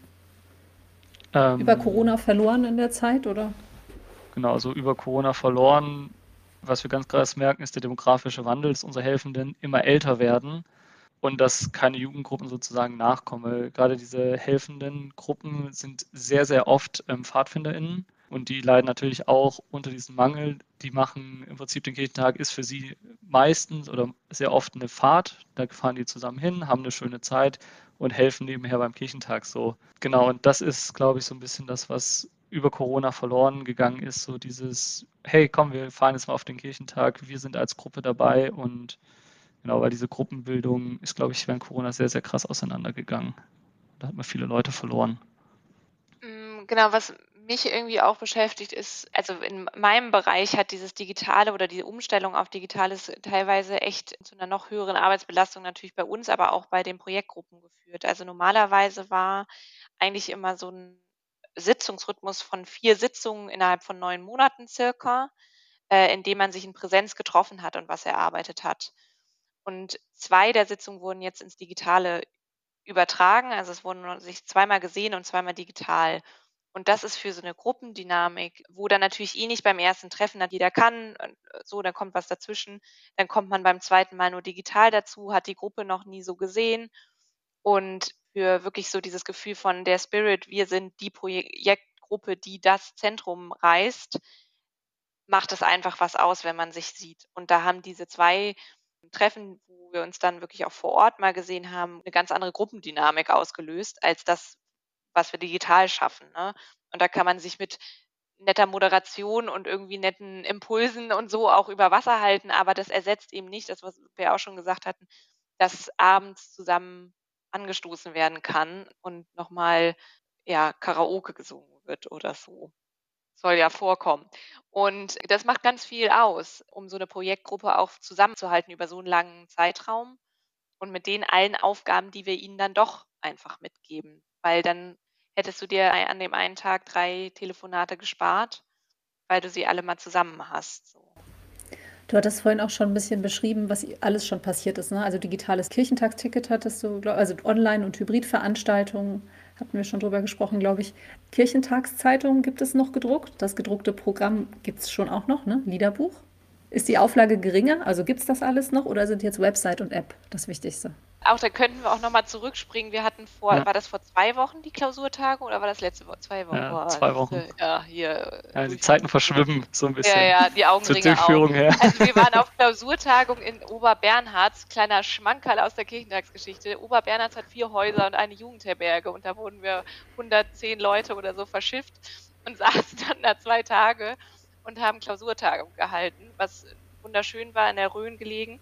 Über Corona verloren in der Zeit, oder? Genau, also über Corona verloren. Was wir ganz krass merken, ist der demografische Wandel, dass unsere Helfenden immer älter werden und dass keine Jugendgruppen sozusagen nachkommen. Weil gerade diese helfenden Gruppen sind sehr, sehr oft PfadfinderInnen und die leiden natürlich auch unter diesem Mangel. Die machen im Prinzip den Kirchentag, ist für sie meistens oder sehr oft eine Fahrt. Da fahren die zusammen hin, haben eine schöne Zeit und helfen nebenher beim Kirchentag so. Genau, und das ist, glaube ich, so ein bisschen das, was über Corona verloren gegangen ist, so dieses, hey, komm, wir fahren jetzt mal auf den Kirchentag, wir sind als Gruppe dabei und genau, weil diese Gruppenbildung ist, glaube ich, während Corona sehr, sehr krass auseinandergegangen. Da hat man viele Leute verloren. Genau, was mich irgendwie auch beschäftigt ist, also in meinem Bereich hat dieses Digitale oder die Umstellung auf Digitales teilweise echt zu einer noch höheren Arbeitsbelastung natürlich bei uns, aber auch bei den Projektgruppen geführt. Also normalerweise war eigentlich immer so ein Sitzungsrhythmus von 4 Sitzungen innerhalb von 9 Monaten circa, in dem man sich in Präsenz getroffen hat und was erarbeitet hat. Und 2 der Sitzungen wurden jetzt ins Digitale übertragen. Also es wurden sich zweimal gesehen und zweimal digital. Und das ist für so eine Gruppendynamik, wo dann natürlich nicht beim ersten Treffen hat jeder kann und so, dann kommt was dazwischen. Dann kommt man beim zweiten Mal nur digital dazu, hat die Gruppe noch nie so gesehen. Und für wirklich so dieses Gefühl von der Spirit, wir sind die Projektgruppe, die das Zentrum reißt, macht es einfach was aus, wenn man sich sieht. Und da haben diese 2 Treffen, wo wir uns dann wirklich auch vor Ort mal gesehen haben, eine ganz andere Gruppendynamik ausgelöst als das, was wir digital schaffen, ne? Und da kann man sich mit netter Moderation und irgendwie netten Impulsen und so auch über Wasser halten, aber das ersetzt eben nicht das, was wir auch schon gesagt hatten, dass abends zusammen angestoßen werden kann und noch mal, ja, Karaoke gesungen wird oder so. Soll ja vorkommen. Und das macht ganz viel aus, um so eine Projektgruppe auch zusammenzuhalten über so einen langen Zeitraum und mit den allen Aufgaben, die wir ihnen dann doch einfach mitgeben. Weil dann hättest du dir an dem einen Tag 3 Telefonate gespart, weil du sie alle mal zusammen hast, so. Du hattest vorhin auch schon ein bisschen beschrieben, was alles schon passiert ist, ne? Also digitales Kirchentagsticket hattest du, also Online- und Hybridveranstaltungen hatten wir schon drüber gesprochen, glaube ich. Kirchentagszeitungen gibt es noch gedruckt. Das gedruckte Programm gibt es schon auch noch, ne? Liederbuch. Ist die Auflage geringer? Also gibt es das alles noch oder sind jetzt Website und App das Wichtigste? Auch da könnten wir auch noch mal zurückspringen. Wir hatten war das vor 2 Wochen die Klausurtagung oder war das letzte Woche? 2 Wochen. Ja, 2 Wochen. Ja, hier. Ja, die Zeiten verschwimmen so ein bisschen. Ja, die Augenringe zur Durchführung auch. Her. Also wir waren auf Klausurtagung in Oberbernhards, kleiner Schmankerl aus der Kirchentagsgeschichte. Oberbernhards hat 4 Häuser und eine Jugendherberge und da wurden wir 110 Leute oder so verschifft und saßen dann da 2 Tage und haben Klausurtagung gehalten, was wunderschön war, in der Rhön gelegen.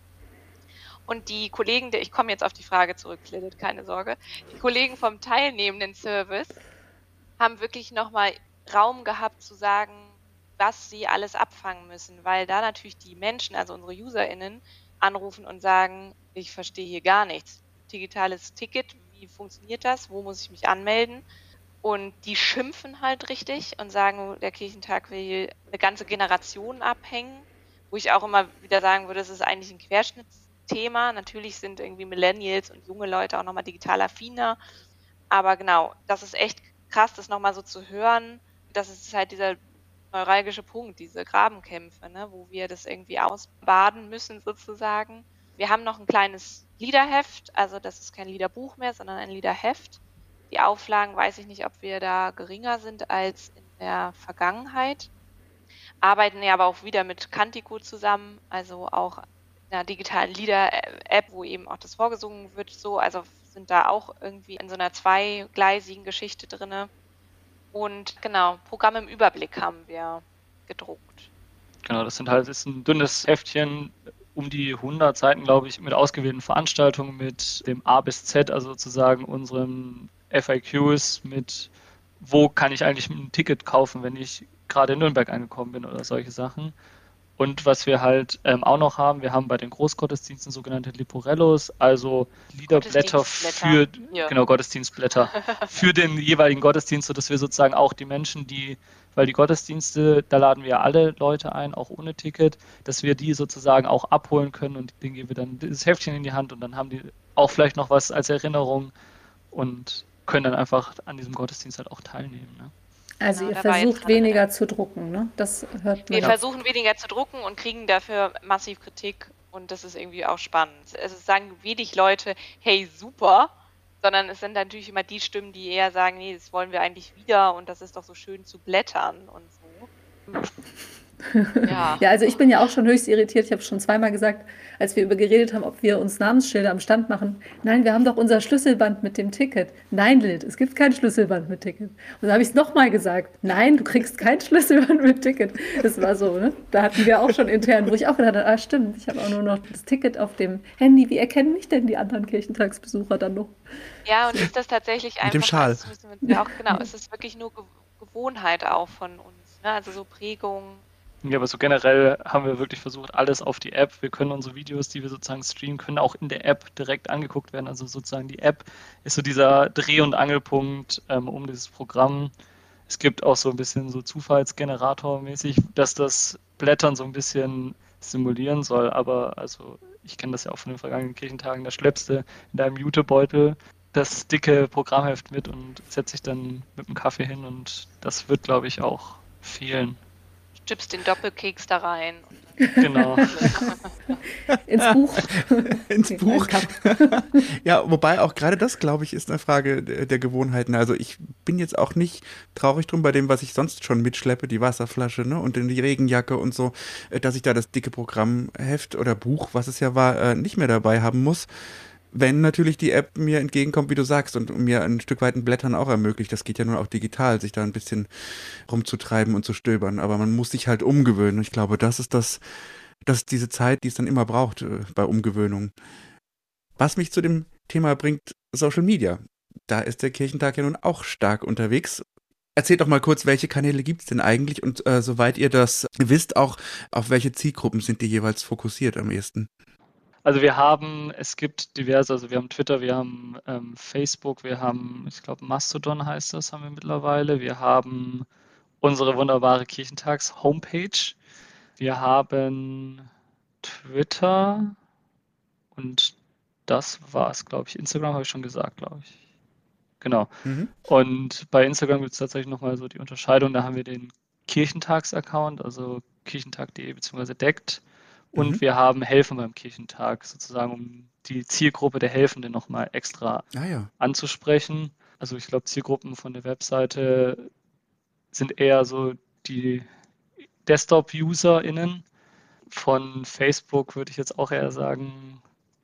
Und die Kollegen, ich komme jetzt auf die Frage zurück, Lilith, keine Sorge. Die Kollegen vom teilnehmenden Service haben wirklich nochmal Raum gehabt zu sagen, was sie alles abfangen müssen, weil da natürlich die Menschen, also unsere UserInnen, anrufen und sagen, ich verstehe hier gar nichts. Digitales Ticket, wie funktioniert das? Wo muss ich mich anmelden? Und die schimpfen halt richtig und sagen, der Kirchentag will eine ganze Generation abhängen, wo ich auch immer wieder sagen würde, das ist eigentlich ein Querschnitt Thema. Natürlich sind irgendwie Millennials und junge Leute auch nochmal digital affiner. Aber genau, das ist echt krass, das nochmal so zu hören. Das ist halt dieser neuralgische Punkt, diese Grabenkämpfe, ne, wo wir das irgendwie ausbaden müssen sozusagen. Wir haben noch ein kleines Liederheft, also das ist kein Liederbuch mehr, sondern ein Liederheft. Die Auflagen weiß ich nicht, ob wir da geringer sind als in der Vergangenheit. Arbeiten ja aber auch wieder mit Kantico zusammen, also auch in einer digitalen Lieder-App, wo eben auch das vorgesungen wird, so, also sind da auch irgendwie in so einer zweigleisigen Geschichte drinne. Und genau, Programm im Überblick haben wir gedruckt. Genau, das ist ein dünnes Heftchen, um die 100 Seiten, glaube ich, mit ausgewählten Veranstaltungen, mit dem A bis Z, also sozusagen unseren FAQs, mit wo kann ich eigentlich ein Ticket kaufen, wenn ich gerade in Nürnberg angekommen bin oder solche Sachen. Und was wir halt auch noch haben, wir haben bei den Großgottesdiensten sogenannte Liporellos, also Liederblätter für, genau, Gottesdienstblätter für den jeweiligen Gottesdienst, sodass wir sozusagen auch die Menschen, weil die Gottesdienste, da laden wir alle Leute ein, auch ohne Ticket, dass wir die sozusagen auch abholen können und denen geben wir dann dieses Heftchen in die Hand und dann haben die auch vielleicht noch was als Erinnerung und können dann einfach an diesem Gottesdienst halt auch teilnehmen. Ne? Also ihr versucht weniger zu drucken, ne? Das hört man. Wir versuchen weniger zu drucken und kriegen dafür massiv Kritik und das ist irgendwie auch spannend. Es sagen wenig Leute, hey, super, sondern es sind natürlich immer die Stimmen, die eher sagen, nee, das wollen wir eigentlich wieder und das ist doch so schön zu blättern und so. Ja. Ja, also ich bin ja auch schon höchst irritiert. Ich habe schon zweimal gesagt, als wir über geredet haben, ob wir uns Namensschilder am Stand machen. Nein, wir haben doch unser Schlüsselband mit dem Ticket. Nein, Lid, es gibt kein Schlüsselband mit Ticket. Und dann habe ich es nochmal gesagt. Nein, du kriegst kein Schlüsselband mit Ticket. Das war so, ne? Da hatten wir auch schon intern, wo ich auch gedacht habe, stimmt, ich habe auch nur noch das Ticket auf dem Handy. Wie erkennen mich denn die anderen Kirchentagsbesucher dann noch? Ja, und ist das tatsächlich einfach... Mit dem Schal. Das müssen wir auch, genau, es ist wirklich nur Gewohnheit auch von uns. Ne? Also so Prägung... Ja, aber so generell haben wir wirklich versucht, alles auf die App. Wir können unsere Videos, die wir sozusagen streamen, können auch in der App direkt angeguckt werden. Also sozusagen die App ist so dieser Dreh- und Angelpunkt um dieses Programm. Es gibt auch so ein bisschen so Zufallsgenerator-mäßig, dass das Blättern so ein bisschen simulieren soll. Aber also ich kenne das ja auch von den vergangenen Kirchentagen. Da schleppst du in deinem Jutebeutel das dicke Programmheft mit und setzt dich dann mit dem Kaffee hin. Und das wird, glaube ich, auch fehlen. Chips den Doppelkeks da rein. Genau. Ins Buch. Ins Buch. Ja, wobei auch gerade das, glaube ich, ist eine Frage der Gewohnheiten. Also ich bin jetzt auch nicht traurig drum bei dem, was ich sonst schon mitschleppe, die Wasserflasche, ne, und die Regenjacke und so, dass ich da das dicke Programmheft oder Buch, was es ja war, nicht mehr dabei haben muss. Wenn natürlich die App mir entgegenkommt, wie du sagst, und mir ein Stück weit ein Blättern auch ermöglicht. Das geht ja nun auch digital, sich da ein bisschen rumzutreiben und zu stöbern. Aber man muss sich halt umgewöhnen. Und ich glaube, das ist diese Zeit, die es dann immer braucht bei Umgewöhnung. Was mich zu dem Thema bringt, Social Media. Da ist der Kirchentag ja nun auch stark unterwegs. Erzählt doch mal kurz, welche Kanäle gibt es denn eigentlich? Und soweit ihr das wisst, auch auf welche Zielgruppen sind die jeweils fokussiert am ehesten? Also es gibt diverse, also wir haben Twitter, wir haben Facebook, wir haben, ich glaube Mastodon heißt das, haben wir mittlerweile. Wir haben unsere wunderbare Kirchentags-Homepage. Wir haben Twitter und das war es, glaube ich. Instagram habe ich schon gesagt, glaube ich. Genau. Mhm. Und bei Instagram gibt es tatsächlich nochmal so die Unterscheidung, da haben wir den Kirchentags-Account, also kirchentag.de bzw. deckt. Und wir haben Helfen beim Kirchentag, sozusagen, um die Zielgruppe der Helfenden nochmal extra anzusprechen. Also ich glaube, Zielgruppen von der Webseite sind eher so die Desktop-UserInnen. Von Facebook würde ich jetzt auch eher sagen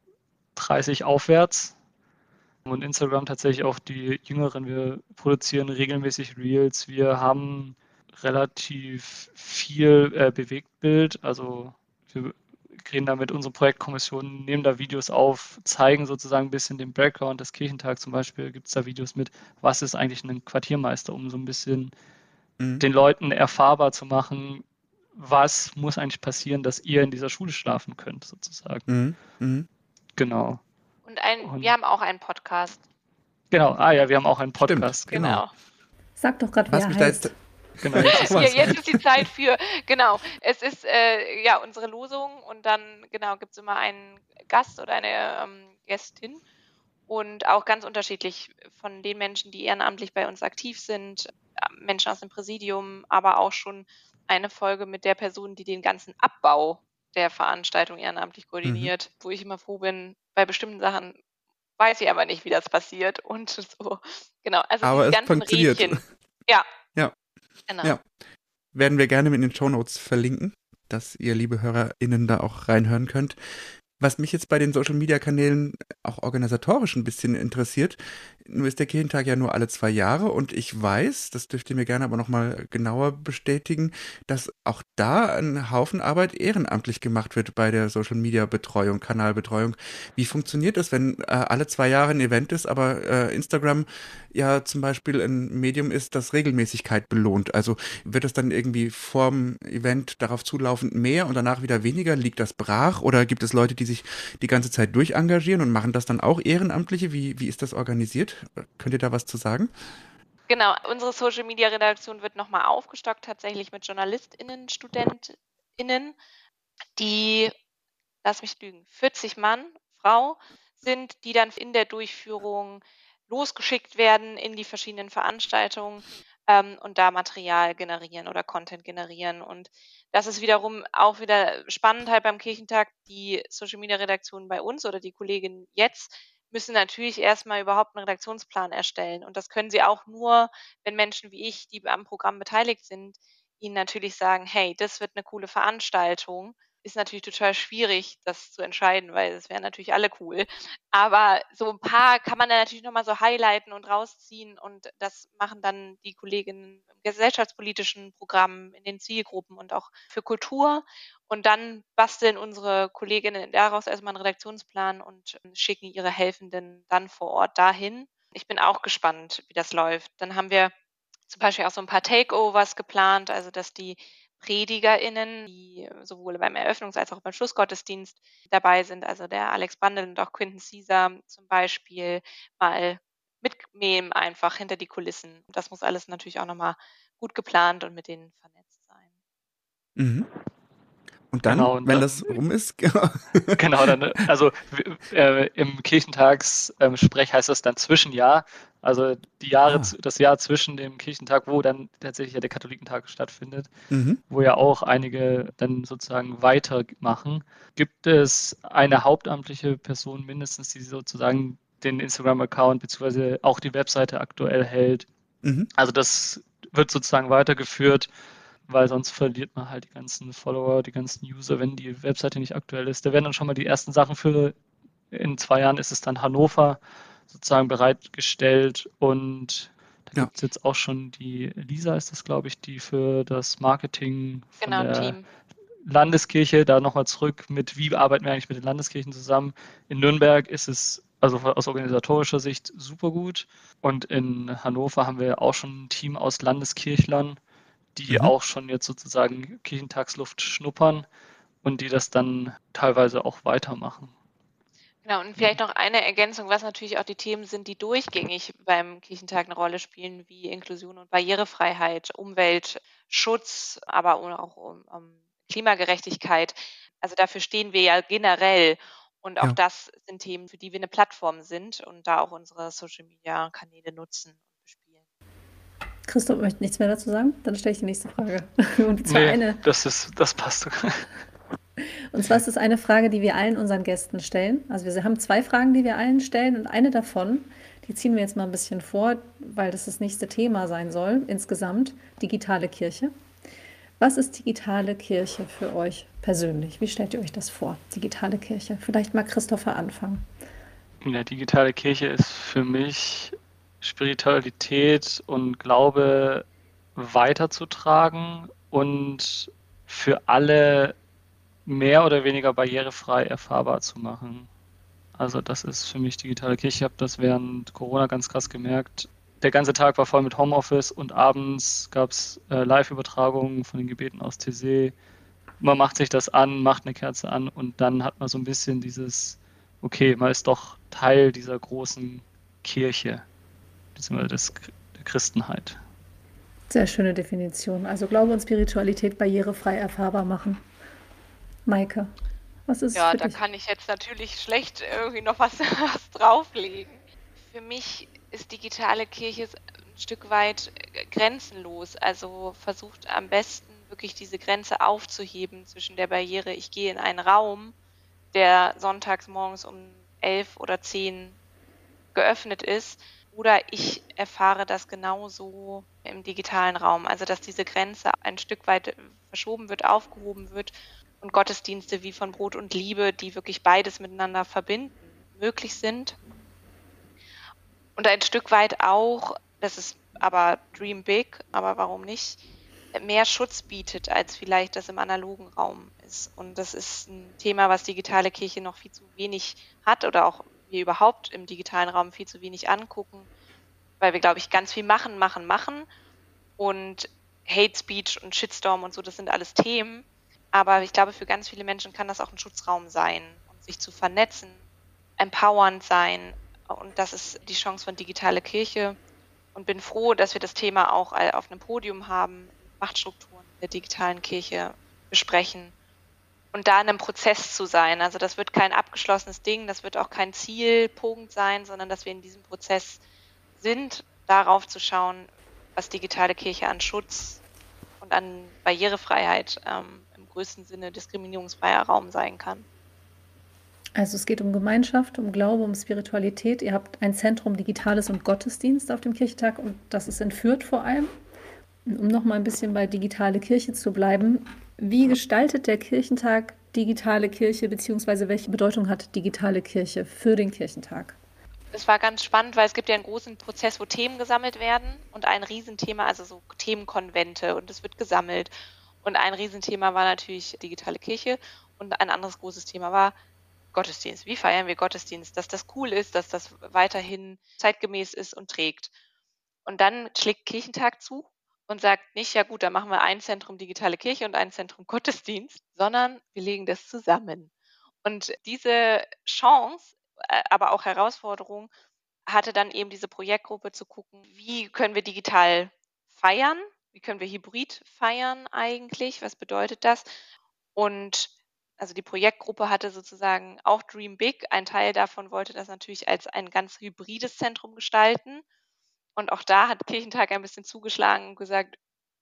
30 aufwärts. Und Instagram tatsächlich auch die Jüngeren. Wir produzieren regelmäßig Reels. Wir haben relativ viel Bewegtbild. Also wir reden da mit unserer Projektkommission, nehmen da Videos auf, zeigen sozusagen ein bisschen den Background des Kirchentags. Zum Beispiel gibt es da Videos mit, was ist eigentlich ein Quartiermeister, um so ein bisschen den Leuten erfahrbar zu machen, was muss eigentlich passieren, dass ihr in dieser Schule schlafen könnt, sozusagen. Genau. Und wir haben auch einen Podcast. Genau, wir haben auch einen Podcast. Stimmt, genau. Sag doch gerade, wer heißt. Genau, jetzt ist die Zeit für, genau, es ist unsere Losung und dann gibt es immer einen Gast oder eine Gästin und auch ganz unterschiedlich von den Menschen, die ehrenamtlich bei uns aktiv sind, Menschen aus dem Präsidium, aber auch schon eine Folge mit der Person, die den ganzen Abbau der Veranstaltung ehrenamtlich koordiniert, wo ich immer froh bin, bei bestimmten Sachen weiß ich aber nicht, wie das passiert und so. Genau, also Aber diese es ganzen funktioniert. Rädchen. Ja. Ja. Genau. Ja. Werden wir gerne in den Shownotes verlinken, dass ihr, liebe HörerInnen, da auch reinhören könnt. Was mich jetzt bei den Social-Media-Kanälen auch organisatorisch ein bisschen interessiert, nur ist der Kirchentag ja nur alle 2 Jahre und ich weiß, das dürft ihr mir gerne aber nochmal genauer bestätigen, dass auch da ein Haufen Arbeit ehrenamtlich gemacht wird bei der Social-Media-Betreuung, Kanalbetreuung. Wie funktioniert das, wenn alle 2 Jahre ein Event ist, aber Instagram ja zum Beispiel ein Medium ist, das Regelmäßigkeit belohnt? Also wird es dann irgendwie vorm Event darauf zulaufend mehr und danach wieder weniger? Liegt das brach oder gibt es Leute, die sich die ganze Zeit durch engagieren und machen das dann auch Ehrenamtliche? Wie ist das organisiert? Könnt ihr da was zu sagen? Genau, unsere Social-Media-Redaktion wird nochmal aufgestockt, tatsächlich mit JournalistInnen, StudentInnen, die, lass mich lügen, 40 Mann, Frau sind, die dann in der Durchführung losgeschickt werden in die verschiedenen Veranstaltungen und da Material generieren oder Content generieren. Und das ist wiederum auch wieder spannend halt beim Kirchentag. Die Social-Media-Redaktion bei uns oder die Kolleginnen jetzt müssen natürlich erstmal überhaupt einen Redaktionsplan erstellen. Und das können sie auch nur, wenn Menschen wie ich, die am Programm beteiligt sind, ihnen natürlich sagen, hey, das wird eine coole Veranstaltung. Ist natürlich total schwierig, das zu entscheiden, weil es wären natürlich alle cool. Aber so ein paar kann man da natürlich nochmal so highlighten und rausziehen und das machen dann die Kolleginnen im gesellschaftspolitischen Programm, in den Zielgruppen und auch für Kultur. Und dann basteln unsere Kolleginnen daraus erstmal einen Redaktionsplan und schicken ihre Helfenden dann vor Ort dahin. Ich bin auch gespannt, wie das läuft. Dann haben wir zum Beispiel auch so ein paar Takeovers geplant, also dass die PredigerInnen, die sowohl beim Eröffnungs- als auch beim Schlussgottesdienst dabei sind, also der Alex Brandl und auch Quinton Caesar zum Beispiel, mal mitnehmen einfach hinter die Kulissen. Das muss alles natürlich auch nochmal gut geplant und mit denen vernetzt sein. Mhm. Und dann, Genau, und wenn das rum ist? Genau, dann, also im Kirchentagssprech heißt das dann Zwischenjahr, also das Jahr zwischen dem Kirchentag, wo dann tatsächlich ja der Katholikentag stattfindet, wo ja auch einige dann sozusagen weitermachen. Gibt es eine hauptamtliche Person mindestens, die sozusagen den Instagram-Account bzw. auch die Webseite aktuell hält? Also das wird sozusagen weitergeführt, weil sonst verliert man halt die ganzen Follower, die ganzen User, wenn die Webseite nicht aktuell ist. Da werden dann schon mal die ersten Sachen in 2 Jahren ist es dann Hannover sozusagen bereitgestellt und da gibt es jetzt auch schon die Lisa ist das, glaube ich, die für das Marketing von der Team. Landeskirche, da nochmal zurück mit, wie arbeiten wir eigentlich mit den Landeskirchen zusammen. In Nürnberg ist es also aus organisatorischer Sicht super gut und in Hannover haben wir auch schon ein Team aus Landeskirchlern, die auch schon jetzt sozusagen Kirchentagsluft schnuppern und die das dann teilweise auch weitermachen. Genau, und vielleicht noch eine Ergänzung, was natürlich auch die Themen sind, die durchgängig beim Kirchentag eine Rolle spielen, wie Inklusion und Barrierefreiheit, Umweltschutz, aber auch um Klimagerechtigkeit. Also dafür stehen wir ja generell und auch das sind Themen, für die wir eine Plattform sind und da auch unsere Social-Media-Kanäle nutzen und bespielen. Christoph möchte nichts mehr dazu sagen? Dann stelle ich die nächste Frage. Und zwar das passt. Und zwar ist es eine Frage, die wir allen unseren Gästen stellen. Also wir haben 2 Fragen, die wir allen stellen und eine davon, die ziehen wir jetzt mal ein bisschen vor, weil das nächste Thema sein soll, insgesamt, digitale Kirche. Was ist digitale Kirche für euch persönlich? Wie stellt ihr euch das vor, digitale Kirche? Vielleicht mag Christopher anfangen. Ja, digitale Kirche ist für mich Spiritualität und Glaube weiterzutragen und für alle mehr oder weniger barrierefrei erfahrbar zu machen. Also das ist für mich digitale Kirche. Ich habe das während Corona ganz krass gemerkt. Der ganze Tag war voll mit Homeoffice und abends gab es Live-Übertragungen von den Gebeten aus TC. Man macht sich das an, macht eine Kerze an und dann hat man so ein bisschen dieses, okay, man ist doch Teil dieser großen Kirche, beziehungsweise der Christenheit. Sehr schöne Definition. Also Glaube und Spiritualität barrierefrei erfahrbar machen. Maike, was ist Ja, für da dich? kann ich jetzt natürlich schlecht irgendwie noch was drauflegen. Für mich ist digitale Kirche ein Stück weit grenzenlos. Also versucht am besten wirklich diese Grenze aufzuheben zwischen der Barriere, ich gehe in einen Raum, der sonntags morgens um 11 oder 10 geöffnet ist, oder ich erfahre das genauso im digitalen Raum. Also dass diese Grenze ein Stück weit verschoben wird, aufgehoben wird und Gottesdienste wie von Brot und Liebe, die wirklich beides miteinander verbinden, möglich sind. Und ein Stück weit auch, das ist aber Dream Big, aber warum nicht, mehr Schutz bietet, als vielleicht das im analogen Raum ist. Und das ist ein Thema, was digitale Kirche noch viel zu wenig hat oder auch wir überhaupt im digitalen Raum viel zu wenig angucken, weil wir, glaube ich, ganz viel machen. Und Hate Speech und Shitstorm und so, das sind alles Themen. Aber ich glaube, für ganz viele Menschen kann das auch ein Schutzraum sein und sich zu vernetzen, empowernd sein. Und das ist die Chance von digitale Kirche. Und bin froh, dass wir das Thema auch auf einem Podium haben, Machtstrukturen der digitalen Kirche besprechen und da in einem Prozess zu sein. Also das wird kein abgeschlossenes Ding, das wird auch kein Zielpunkt sein, sondern dass wir in diesem Prozess sind, darauf zu schauen, was digitale Kirche an Schutz und an Barrierefreiheit im größten Sinne diskriminierungsfreier Raum sein kann. Also es geht um Gemeinschaft, um Glaube, um Spiritualität. Ihr habt ein Zentrum Digitales und Gottesdienst auf dem Kirchentag und das ist in Fürth vor allem. Um noch mal ein bisschen bei digitale Kirche zu bleiben, wie gestaltet der Kirchentag digitale Kirche, beziehungsweise welche Bedeutung hat digitale Kirche für den Kirchentag? Es war ganz spannend, weil es gibt ja einen großen Prozess, wo Themen gesammelt werden und ein Riesenthema, also so Themenkonvente und es wird gesammelt. Und ein Riesenthema war natürlich digitale Kirche und ein anderes großes Thema war Gottesdienst. Wie feiern wir Gottesdienst? Dass das cool ist, dass das weiterhin zeitgemäß ist und trägt. Und dann schlägt Kirchentag zu und sagt nicht, ja gut, dann machen wir ein Zentrum digitale Kirche und ein Zentrum Gottesdienst, sondern wir legen das zusammen. Und diese Chance, aber auch Herausforderung, hatte dann eben diese Projektgruppe zu gucken, wie können wir digital feiern, wie können wir hybrid feiern eigentlich, was bedeutet das? Und also die Projektgruppe hatte sozusagen auch Dream Big. Ein Teil davon wollte das natürlich als ein ganz hybrides Zentrum gestalten. Und auch da hat Kirchentag ein bisschen zugeschlagen und gesagt,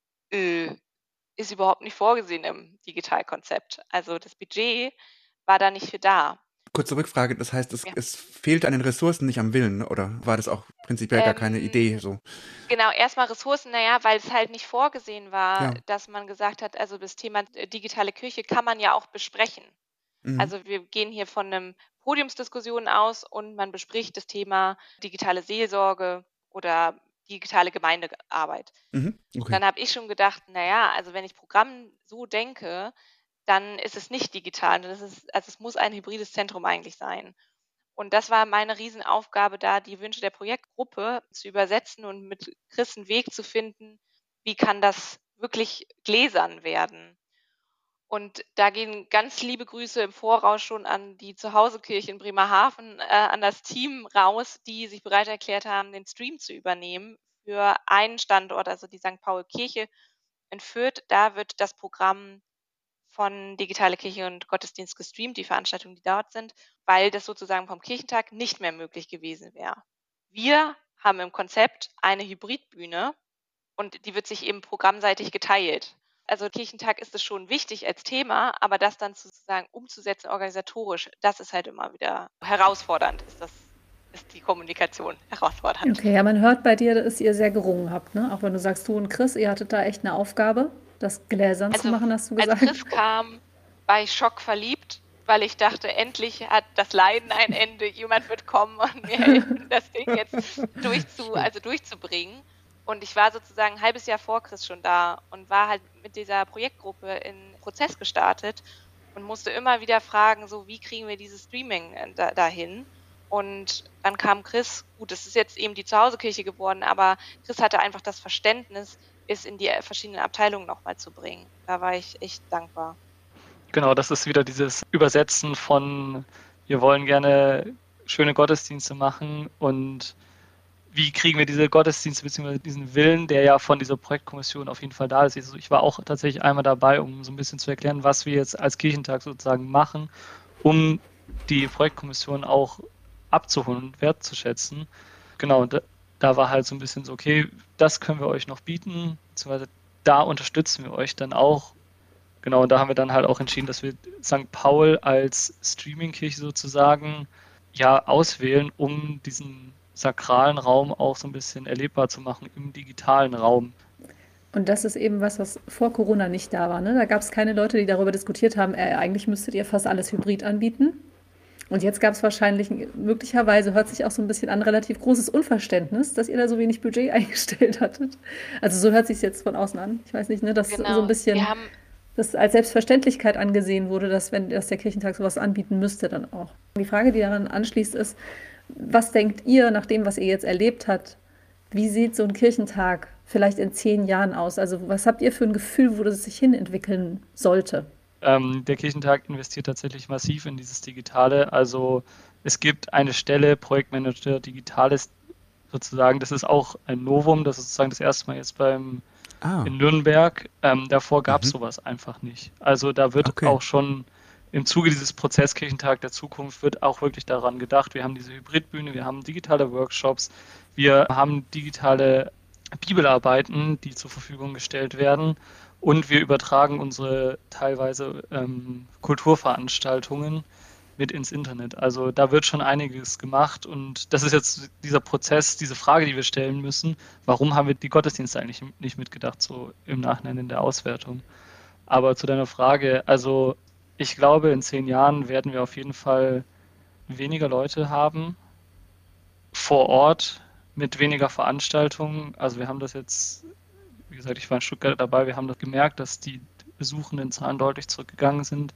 ist überhaupt nicht vorgesehen im Digitalkonzept. Also das Budget war da nicht für da. Kurze Rückfrage, das heißt, Ja. es fehlt an den Ressourcen, nicht am Willen, oder war das auch prinzipiell gar keine Idee so? Genau, erstmal Ressourcen, weil es halt nicht vorgesehen war, Ja. dass man gesagt hat, also das Thema digitale Kirche kann man ja auch besprechen. Mhm. Also wir gehen hier von einem Podiumsdiskussion aus und man bespricht das Thema digitale Seelsorge oder digitale Gemeindearbeit. Mhm. Okay. Dann habe ich schon gedacht, also wenn ich Programm so denke, dann ist es nicht digital. Also es muss ein hybrides Zentrum eigentlich sein. Und das war meine Riesenaufgabe da, die Wünsche der Projektgruppe zu übersetzen und mit Chris einen Weg zu finden, wie kann das wirklich gläsern werden. Und da gehen ganz liebe Grüße im Voraus schon an die Zuhausekirche in Bremerhaven, an das Team raus, die sich bereit erklärt haben, den Stream zu übernehmen für einen Standort, also die St. Paul-Kirche in Fürth. Da wird das Programm von Digitale Kirche und Gottesdienst gestreamt, die Veranstaltungen, die dort sind, weil das sozusagen vom Kirchentag nicht mehr möglich gewesen wäre. Wir haben im Konzept eine Hybridbühne und die wird sich eben programmseitig geteilt. Also Kirchentag ist es schon wichtig als Thema, aber das dann sozusagen umzusetzen organisatorisch, das ist halt immer wieder herausfordernd, ist die Kommunikation herausfordernd. Okay, ja, man hört bei dir, dass ihr sehr gerungen habt, ne? Auch wenn du sagst, du und Chris, ihr hattet da echt eine Aufgabe, das gläsern zu machen, hast du gesagt. Als Chris kam, war ich schockverliebt, weil ich dachte, endlich hat das Leiden ein Ende, jemand wird kommen und mir helfen, das Ding jetzt durchzubringen. Und ich war sozusagen ein halbes Jahr vor Chris schon da und war halt mit dieser Projektgruppe in Prozess gestartet und musste immer wieder fragen, so wie kriegen wir dieses Streaming dahin? Und dann kam Chris, gut, es ist jetzt eben die Zuhausekirche geworden, aber Chris hatte einfach das Verständnis, es in die verschiedenen Abteilungen nochmal zu bringen. Da war ich echt dankbar. Genau, das ist wieder dieses Übersetzen von, wir wollen gerne schöne Gottesdienste machen und wie kriegen wir diese Gottesdienste bzw. diesen Willen, der ja von dieser Projektkommission auf jeden Fall da ist. Also ich war auch tatsächlich einmal dabei, um so ein bisschen zu erklären, was wir jetzt als Kirchentag sozusagen machen, um die Projektkommission auch abzuholen und wertzuschätzen. Genau, da war halt so ein bisschen so, okay, das können wir euch noch bieten, beziehungsweise da unterstützen wir euch dann auch. Genau, und da haben wir dann halt auch entschieden, dass wir St. Paul als Streaming-Kirche sozusagen ja auswählen, um diesen sakralen Raum auch so ein bisschen erlebbar zu machen im digitalen Raum. Und das ist eben was vor Corona nicht da war. Ne? Da gab es keine Leute, die darüber diskutiert haben, eigentlich müsstet ihr fast alles hybrid anbieten. Und jetzt gab es wahrscheinlich, möglicherweise hört sich auch so ein bisschen an, relativ großes Unverständnis, dass ihr da so wenig Budget eingestellt hattet. Also so hört sich jetzt von außen an. Ich weiß nicht, ne, dass Genau. so ein bisschen das als Selbstverständlichkeit angesehen wurde, dass der Kirchentag sowas anbieten müsste dann auch. Die Frage, die daran anschließt, ist, was denkt ihr, nach dem, was ihr jetzt erlebt habt, wie sieht so ein Kirchentag vielleicht in 10 Jahren aus? Also was habt ihr für ein Gefühl, wo das sich hin entwickeln sollte? Der Kirchentag investiert tatsächlich massiv in dieses Digitale. Also es gibt eine Stelle, Projektmanager Digitales sozusagen. Das ist auch ein Novum. Das ist sozusagen das erste Mal jetzt in Nürnberg. Davor gab es sowas einfach nicht. Also da wird auch schon im Zuge dieses Prozess Kirchentag der Zukunft wird auch wirklich daran gedacht. Wir haben diese Hybridbühne, wir haben digitale Workshops, wir haben digitale Bibelarbeiten, die zur Verfügung gestellt werden. Und wir übertragen unsere teilweise Kulturveranstaltungen mit ins Internet. Also da wird schon einiges gemacht und das ist jetzt dieser Prozess, diese Frage, die wir stellen müssen, warum haben wir die Gottesdienste eigentlich nicht mitgedacht, so im Nachhinein in der Auswertung. Aber zu deiner Frage, also ich glaube, in 10 Jahren werden wir auf jeden Fall weniger Leute haben vor Ort mit weniger Veranstaltungen. Also wir haben das jetzt, wie gesagt, ich war in Stuttgart dabei, wir haben das gemerkt, dass die Besuchendenzahlen deutlich zurückgegangen sind.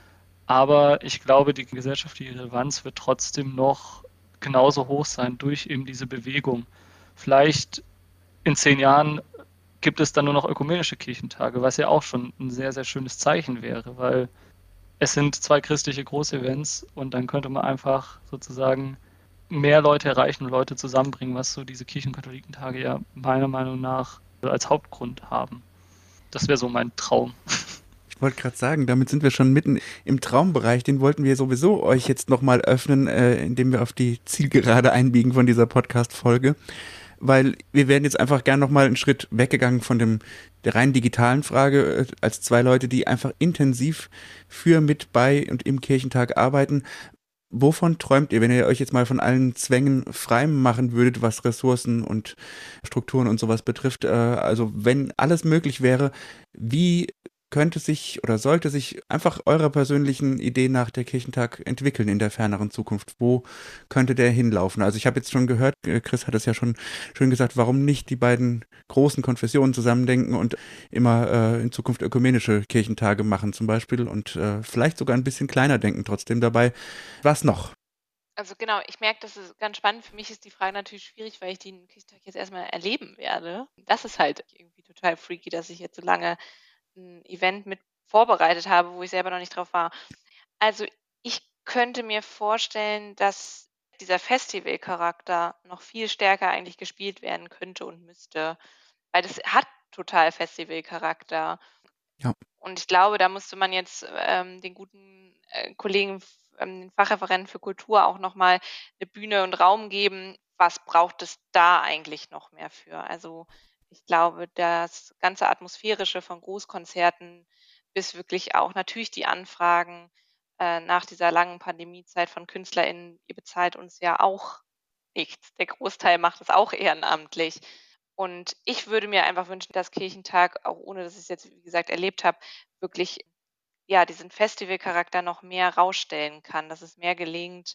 Aber ich glaube, die gesellschaftliche Relevanz wird trotzdem noch genauso hoch sein durch eben diese Bewegung. Vielleicht in 10 Jahren gibt es dann nur noch ökumenische Kirchentage, was ja auch schon ein sehr, sehr schönes Zeichen wäre, weil es sind 2 christliche Großevents und dann könnte man einfach sozusagen mehr Leute erreichen und Leute zusammenbringen, was so diese Kirchenkatholikentage ja meiner Meinung nach als Hauptgrund haben. Das wäre so mein Traum. Ich wollte gerade sagen, damit sind wir schon mitten im Traumbereich. Den wollten wir sowieso euch jetzt nochmal öffnen, indem wir auf die Zielgerade einbiegen von dieser Podcast-Folge. Weil wir wären jetzt einfach gern nochmal einen Schritt weggegangen von der rein digitalen Frage, als 2 Leute, die einfach intensiv für, mit, bei und im Kirchentag arbeiten. Wovon träumt ihr, wenn ihr euch jetzt mal von allen Zwängen frei machen würdet, was Ressourcen und Strukturen und sowas betrifft? Also wenn alles möglich wäre, wie könnte sich oder sollte sich einfach eurer persönlichen Idee nach der Kirchentag entwickeln in der ferneren Zukunft? Wo könnte der hinlaufen? Also ich habe jetzt schon gehört, Chris hat es ja schon schön gesagt, warum nicht die beiden großen Konfessionen zusammendenken und immer in Zukunft ökumenische Kirchentage machen zum Beispiel und vielleicht sogar ein bisschen kleiner denken trotzdem dabei. Was noch? Also genau, ich merke, das ist ganz spannend. Für mich ist die Frage natürlich schwierig, weil ich den Kirchentag jetzt erstmal erleben werde. Das ist halt irgendwie total freaky, dass ich jetzt so lange ein Event mit vorbereitet habe, wo ich selber noch nicht drauf war. Also ich könnte mir vorstellen, dass dieser Festivalcharakter noch viel stärker eigentlich gespielt werden könnte und müsste, weil das hat total Festivalcharakter. Ja. Und ich glaube, da musste man jetzt den guten Kollegen, den Fachreferenten für Kultur auch nochmal eine Bühne und Raum geben. Was braucht es da eigentlich noch mehr für? Also ich glaube, das ganze Atmosphärische von Großkonzerten bis wirklich auch natürlich die Anfragen nach dieser langen Pandemiezeit von KünstlerInnen, ihr bezahlt uns ja auch nichts. Der Großteil macht es auch ehrenamtlich. Und ich würde mir einfach wünschen, dass Kirchentag, auch ohne dass ich es jetzt, wie gesagt, erlebt habe, wirklich ja, diesen Festivalcharakter noch mehr rausstellen kann, dass es mehr gelingt,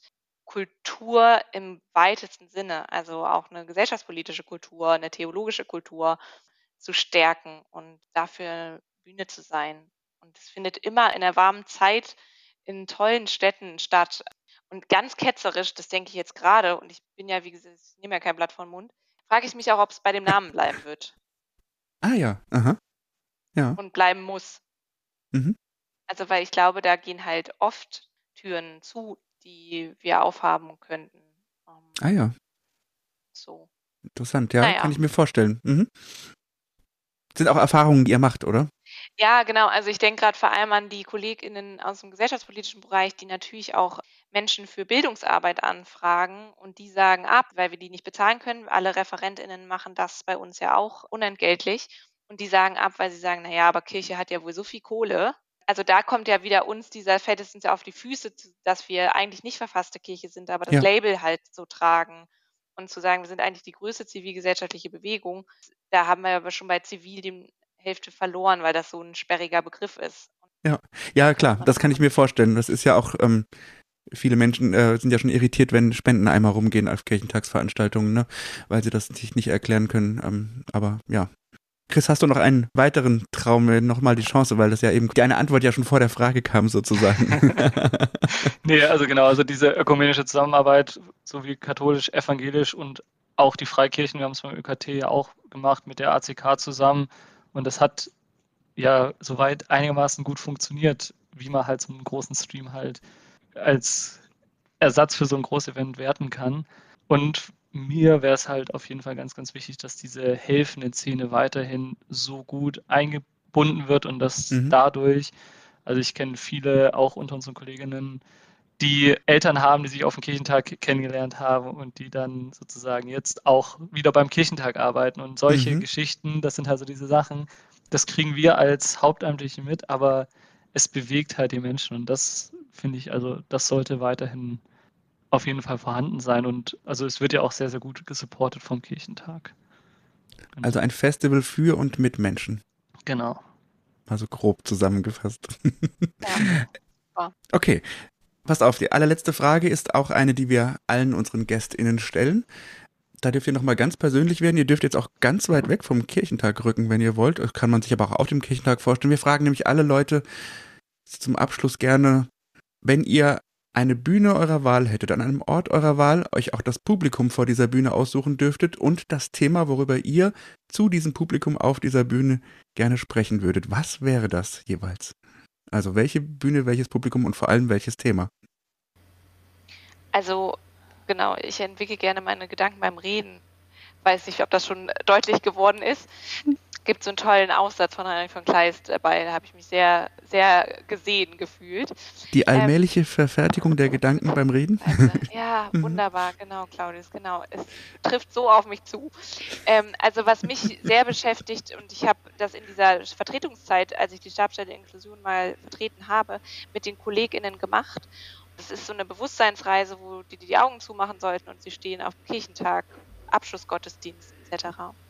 Kultur im weitesten Sinne, also auch eine gesellschaftspolitische Kultur, eine theologische Kultur zu stärken und dafür eine Bühne zu sein. Und es findet immer in der warmen Zeit in tollen Städten statt. Und ganz ketzerisch, das denke ich jetzt gerade, und ich bin ja, wie gesagt, ich nehme ja kein Blatt vor den Mund, frage ich mich auch, ob es bei dem Namen bleiben wird Ah ja, aha, ja. und bleiben muss. Mhm. Also, weil ich glaube, da gehen halt oft Türen zu, die wir aufhaben könnten. Ah ja. So. Interessant, ja, kann ich mir vorstellen. Mhm. Sind auch Erfahrungen, die ihr macht, oder? Ja, genau. Also ich denke gerade vor allem an die KollegInnen aus dem gesellschaftspolitischen Bereich, die natürlich auch Menschen für Bildungsarbeit anfragen und die sagen ab, weil wir die nicht bezahlen können. Alle ReferentInnen machen das bei uns ja auch unentgeltlich. Und die sagen ab, weil sie sagen, naja, aber Kirche hat ja wohl so viel Kohle. Also da kommt ja wieder uns fällt es uns ja auf die Füße, dass wir eigentlich nicht verfasste Kirche sind, aber das Label halt so tragen. Und zu sagen, wir sind eigentlich die größte zivilgesellschaftliche Bewegung, da haben wir aber schon bei Zivil die Hälfte verloren, weil das so ein sperriger Begriff ist. Ja, klar, das kann ich mir vorstellen. Das ist ja auch, viele Menschen sind ja schon irritiert, wenn Spendeneimer rumgehen auf Kirchentagsveranstaltungen, ne? Weil sie das sich nicht erklären können. Aber ja. Chris, hast du noch einen weiteren Traum, nochmal die Chance, weil das ja eben deine Antwort ja schon vor der Frage kam, sozusagen. Nee, also genau, also diese ökumenische Zusammenarbeit, sowie katholisch, evangelisch und auch die Freikirchen, wir haben es beim ÖKT ja auch gemacht mit der ACK zusammen und das hat ja soweit einigermaßen gut funktioniert, wie man halt so einen großen Stream halt als Ersatz für so ein Großevent werten kann. Und mir wäre es halt auf jeden Fall ganz, ganz wichtig, dass diese helfende Szene weiterhin so gut eingebunden wird und dass dadurch, also ich kenne viele auch unter unseren Kolleginnen, die Eltern haben, die sich auf dem Kirchentag kennengelernt haben und die dann sozusagen jetzt auch wieder beim Kirchentag arbeiten. Und solche Geschichten, das sind also diese Sachen, das kriegen wir als Hauptamtliche mit, aber es bewegt halt die Menschen. Und das finde ich, also das sollte weiterhin auf jeden Fall vorhanden sein. Und also es wird ja auch sehr, sehr gut gesupportet vom Kirchentag. Genau. Also ein Festival für und mit Menschen. Genau. Also grob zusammengefasst. Ja. Okay. Passt auf, die allerletzte Frage ist auch eine, die wir allen unseren GästInnen stellen. Da dürft ihr nochmal ganz persönlich werden. Ihr dürft jetzt auch ganz weit weg vom Kirchentag rücken, wenn ihr wollt. Das kann man sich aber auch auf dem Kirchentag vorstellen. Wir fragen nämlich alle Leute zum Abschluss gerne, wenn ihr eine Bühne eurer Wahl hättet, an einem Ort eurer Wahl, euch auch das Publikum vor dieser Bühne aussuchen dürftet und das Thema, worüber ihr zu diesem Publikum auf dieser Bühne gerne sprechen würdet. Was wäre das jeweils? Also welche Bühne, welches Publikum und vor allem welches Thema? Also genau, ich entwickle gerne meine Gedanken beim Reden. Weiß nicht, ob das schon deutlich geworden ist. Gibt so einen tollen Aufsatz von Heinrich von Kleist dabei, da habe ich mich sehr, sehr gesehen gefühlt. Die allmähliche Verfertigung der Gedanken beim Reden? Ja, wunderbar, genau, Claudius, genau. Es trifft so auf mich zu. Also was mich sehr beschäftigt, und ich habe das in dieser Vertretungszeit, als ich die Stabsstelle Inklusion mal vertreten habe, mit den KollegInnen gemacht. Das ist so eine Bewusstseinsreise, wo die Augen zumachen sollten und sie stehen auf dem Kirchentag, Abschlussgottesdienst etc.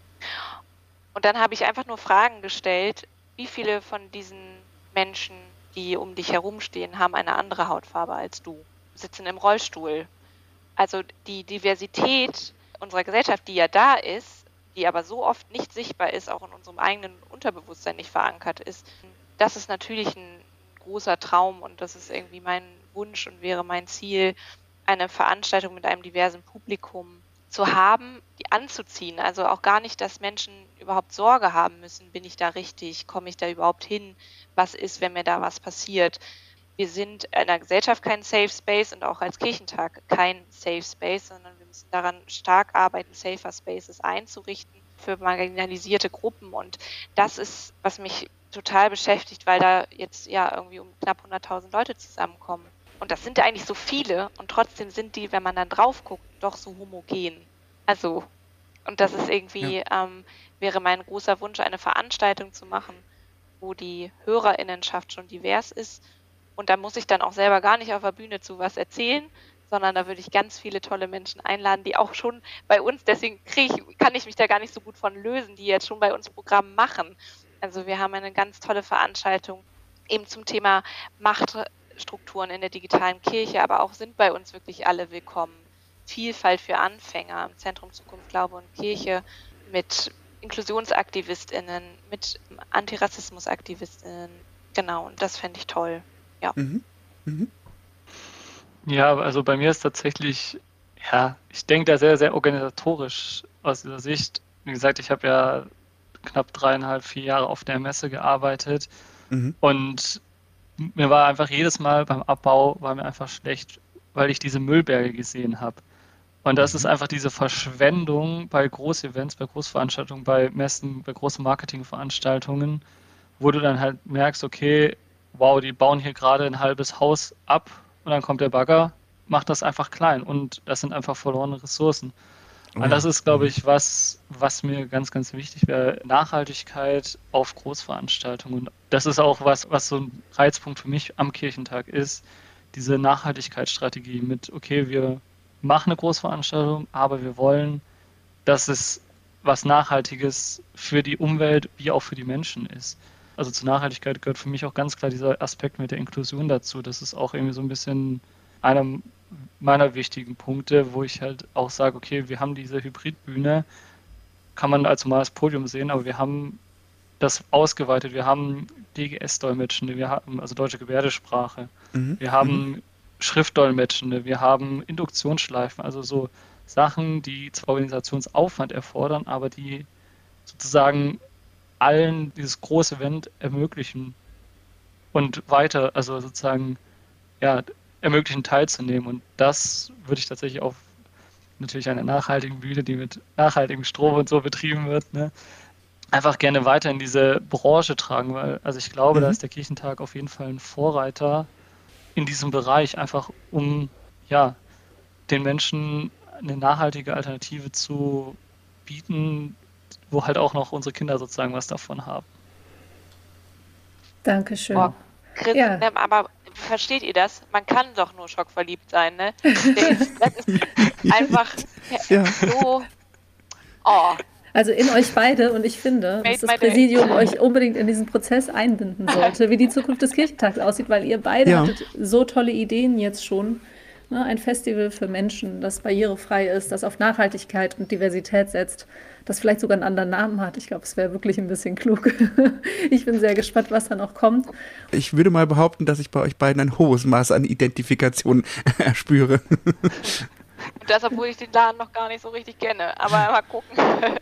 Und dann habe ich einfach nur Fragen gestellt, wie viele von diesen Menschen, die um dich herumstehen, haben eine andere Hautfarbe als du, sitzen im Rollstuhl. Also die Diversität unserer Gesellschaft, die ja da ist, die aber so oft nicht sichtbar ist, auch in unserem eigenen Unterbewusstsein nicht verankert ist, das ist natürlich ein großer Traum und das ist irgendwie mein Wunsch und wäre mein Ziel, eine Veranstaltung mit einem diversen Publikum zu haben, die anzuziehen. Also auch gar nicht, dass Menschen überhaupt Sorge haben müssen, bin ich da richtig, komme ich da überhaupt hin, was ist, wenn mir da was passiert. Wir sind in einer Gesellschaft kein Safe Space und auch als Kirchentag kein Safe Space, sondern wir müssen daran stark arbeiten, Safer Spaces einzurichten für marginalisierte Gruppen und das ist, was mich total beschäftigt, weil da jetzt ja irgendwie um knapp 100.000 Leute zusammenkommen. Und das sind ja eigentlich so viele und trotzdem sind die, wenn man dann drauf guckt, doch so homogen. Also, und das ist irgendwie, wäre mein großer Wunsch, eine Veranstaltung zu machen, wo die HörerInnenschaft schon divers ist. Und da muss ich dann auch selber gar nicht auf der Bühne zu was erzählen, sondern da würde ich ganz viele tolle Menschen einladen, die auch schon bei uns, deswegen kann ich mich da gar nicht so gut von lösen, die jetzt schon bei uns Programm machen. Also wir haben eine ganz tolle Veranstaltung eben zum Thema Machtstrukturen in der digitalen Kirche, aber auch sind bei uns wirklich alle willkommen. Vielfalt für Anfänger im Zentrum Zukunft, Glaube und Kirche mit InklusionsaktivistInnen, mit Antirassismusaktivistinnen. Genau, und das fände ich toll. Ja. Ja, also bei mir ist tatsächlich, ja, ich denke da sehr, sehr organisatorisch aus dieser Sicht. Wie gesagt, ich habe ja knapp 3,5, 4 Jahre auf der Messe gearbeitet und mir war einfach jedes Mal beim Abbau, war mir einfach schlecht, weil ich diese Müllberge gesehen habe. Und das ist einfach diese Verschwendung bei Großevents, bei Großveranstaltungen, bei Messen, bei großen Marketingveranstaltungen, wo du dann halt merkst, okay, wow, die bauen hier gerade ein halbes Haus ab und dann kommt der Bagger, macht das einfach klein und das sind einfach verlorene Ressourcen. Und das ist, glaube ich, was mir ganz, ganz wichtig wäre, Nachhaltigkeit auf Großveranstaltungen. Und das ist auch was so ein Reizpunkt für mich am Kirchentag ist, diese Nachhaltigkeitsstrategie mit, okay, wir machen eine Großveranstaltung, aber wir wollen, dass es was Nachhaltiges für die Umwelt wie auch für die Menschen ist. Also zur Nachhaltigkeit gehört für mich auch ganz klar dieser Aspekt mit der Inklusion dazu. Das ist auch irgendwie so ein bisschen einer meiner wichtigen Punkte, wo ich halt auch sage, okay, wir haben diese Hybridbühne, kann man als normales Podium sehen, aber wir haben das ausgeweitet. Wir haben DGS-Dolmetschende, wir haben also deutsche Gebärdensprache, wir haben Schriftdolmetschende, wir haben Induktionsschleifen, also so Sachen, die zwar Organisationsaufwand erfordern, aber die sozusagen allen dieses große Event ermöglichen und weiter, also sozusagen, ja, ermöglichen teilzunehmen. Und das würde ich tatsächlich auf natürlich einer nachhaltigen Bühne, die mit nachhaltigem Strom und so betrieben wird, ne, einfach gerne weiter in diese Branche tragen, weil, also ich glaube, da ist der Kirchentag auf jeden Fall ein Vorreiter in diesem Bereich, einfach um, ja, den Menschen eine nachhaltige Alternative zu bieten, wo halt auch noch unsere Kinder sozusagen was davon haben. Dankeschön. Oh, Chris, Ja. aber versteht ihr das? Man kann doch nur schockverliebt sein, ne? Das ist einfach so... Oh, Also in euch beide, und ich finde, dass das Präsidium euch unbedingt in diesen Prozess einbinden sollte, wie die Zukunft des Kirchentags aussieht, weil ihr beide hattet so tolle Ideen jetzt schon. Ne? Ein Festival für Menschen, das barrierefrei ist, das auf Nachhaltigkeit und Diversität setzt, das vielleicht sogar einen anderen Namen hat. Ich glaube, es wäre wirklich ein bisschen klug. Ich bin sehr gespannt, was da noch kommt. Ich würde mal behaupten, dass ich bei euch beiden ein hohes Maß an Identifikation spüre. und das, obwohl ich den Laden noch gar nicht so richtig kenne. Aber mal gucken.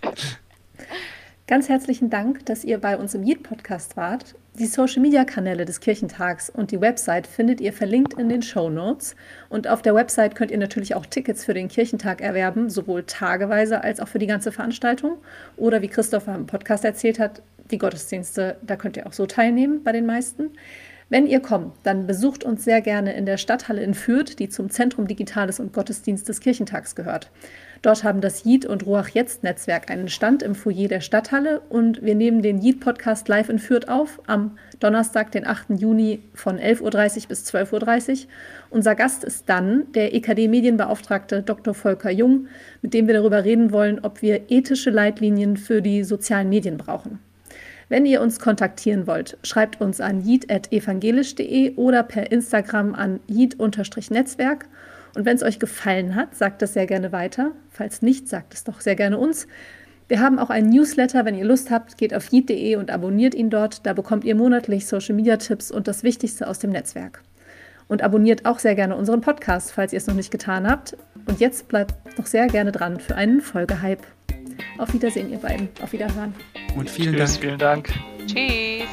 Ganz herzlichen Dank, dass ihr bei uns im Yeet-Podcast wart. Die Social-Media-Kanäle des Kirchentags und die Website findet ihr verlinkt in den Shownotes. Und auf der Website könnt ihr natürlich auch Tickets für den Kirchentag erwerben, sowohl tageweise als auch für die ganze Veranstaltung. Oder wie Christopher im Podcast erzählt hat, die Gottesdienste, da könnt ihr auch so teilnehmen bei den meisten. Wenn ihr kommt, dann besucht uns sehr gerne in der Stadthalle in Fürth, die zum Zentrum Digitales und Gottesdienst des Kirchentags gehört. Dort haben das Yeet und Ruach Jetzt Netzwerk einen Stand im Foyer der Stadthalle und wir nehmen den Yeet-Podcast live in Fürth auf am Donnerstag, den 8. Juni von 11.30 Uhr bis 12.30 Uhr. Unser Gast ist dann der EKD-Medienbeauftragte Dr. Volker Jung, mit dem wir darüber reden wollen, ob wir ethische Leitlinien für die sozialen Medien brauchen. Wenn ihr uns kontaktieren wollt, schreibt uns an yeet@evangelisch.de oder per Instagram an yeet_Netzwerk. Und wenn es euch gefallen hat, sagt das sehr gerne weiter. Falls nicht, sagt es doch sehr gerne uns. Wir haben auch einen Newsletter. Wenn ihr Lust habt, geht auf yeet.de und abonniert ihn dort. Da bekommt ihr monatlich Social-Media-Tipps und das Wichtigste aus dem Netzwerk. Und abonniert auch sehr gerne unseren Podcast, falls ihr es noch nicht getan habt. Und jetzt bleibt noch sehr gerne dran für einen Folgehype. Auf Wiedersehen, ihr beiden. Auf Wiederhören. Und vielen Tschüss, Dank. vielen Dank. Tschüss.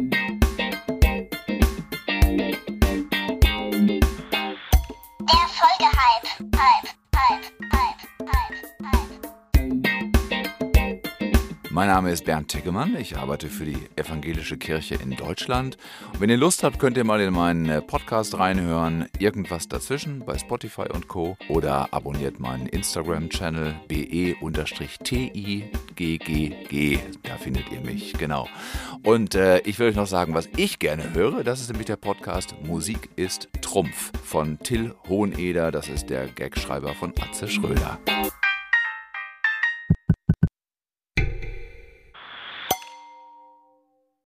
Der Folgehype. Mein Name ist Bernd Tickemann, ich arbeite für die Evangelische Kirche in Deutschland. Und wenn ihr Lust habt, könnt ihr mal in meinen Podcast reinhören, irgendwas dazwischen bei Spotify und Co. Oder abonniert meinen Instagram-Channel be_tiggg, da findet ihr mich, genau. Und ich will euch noch sagen, was ich gerne höre, das ist nämlich der Podcast Musik ist Trumpf von Till Hoheneder, das ist der Gagschreiber von Atze Schröder.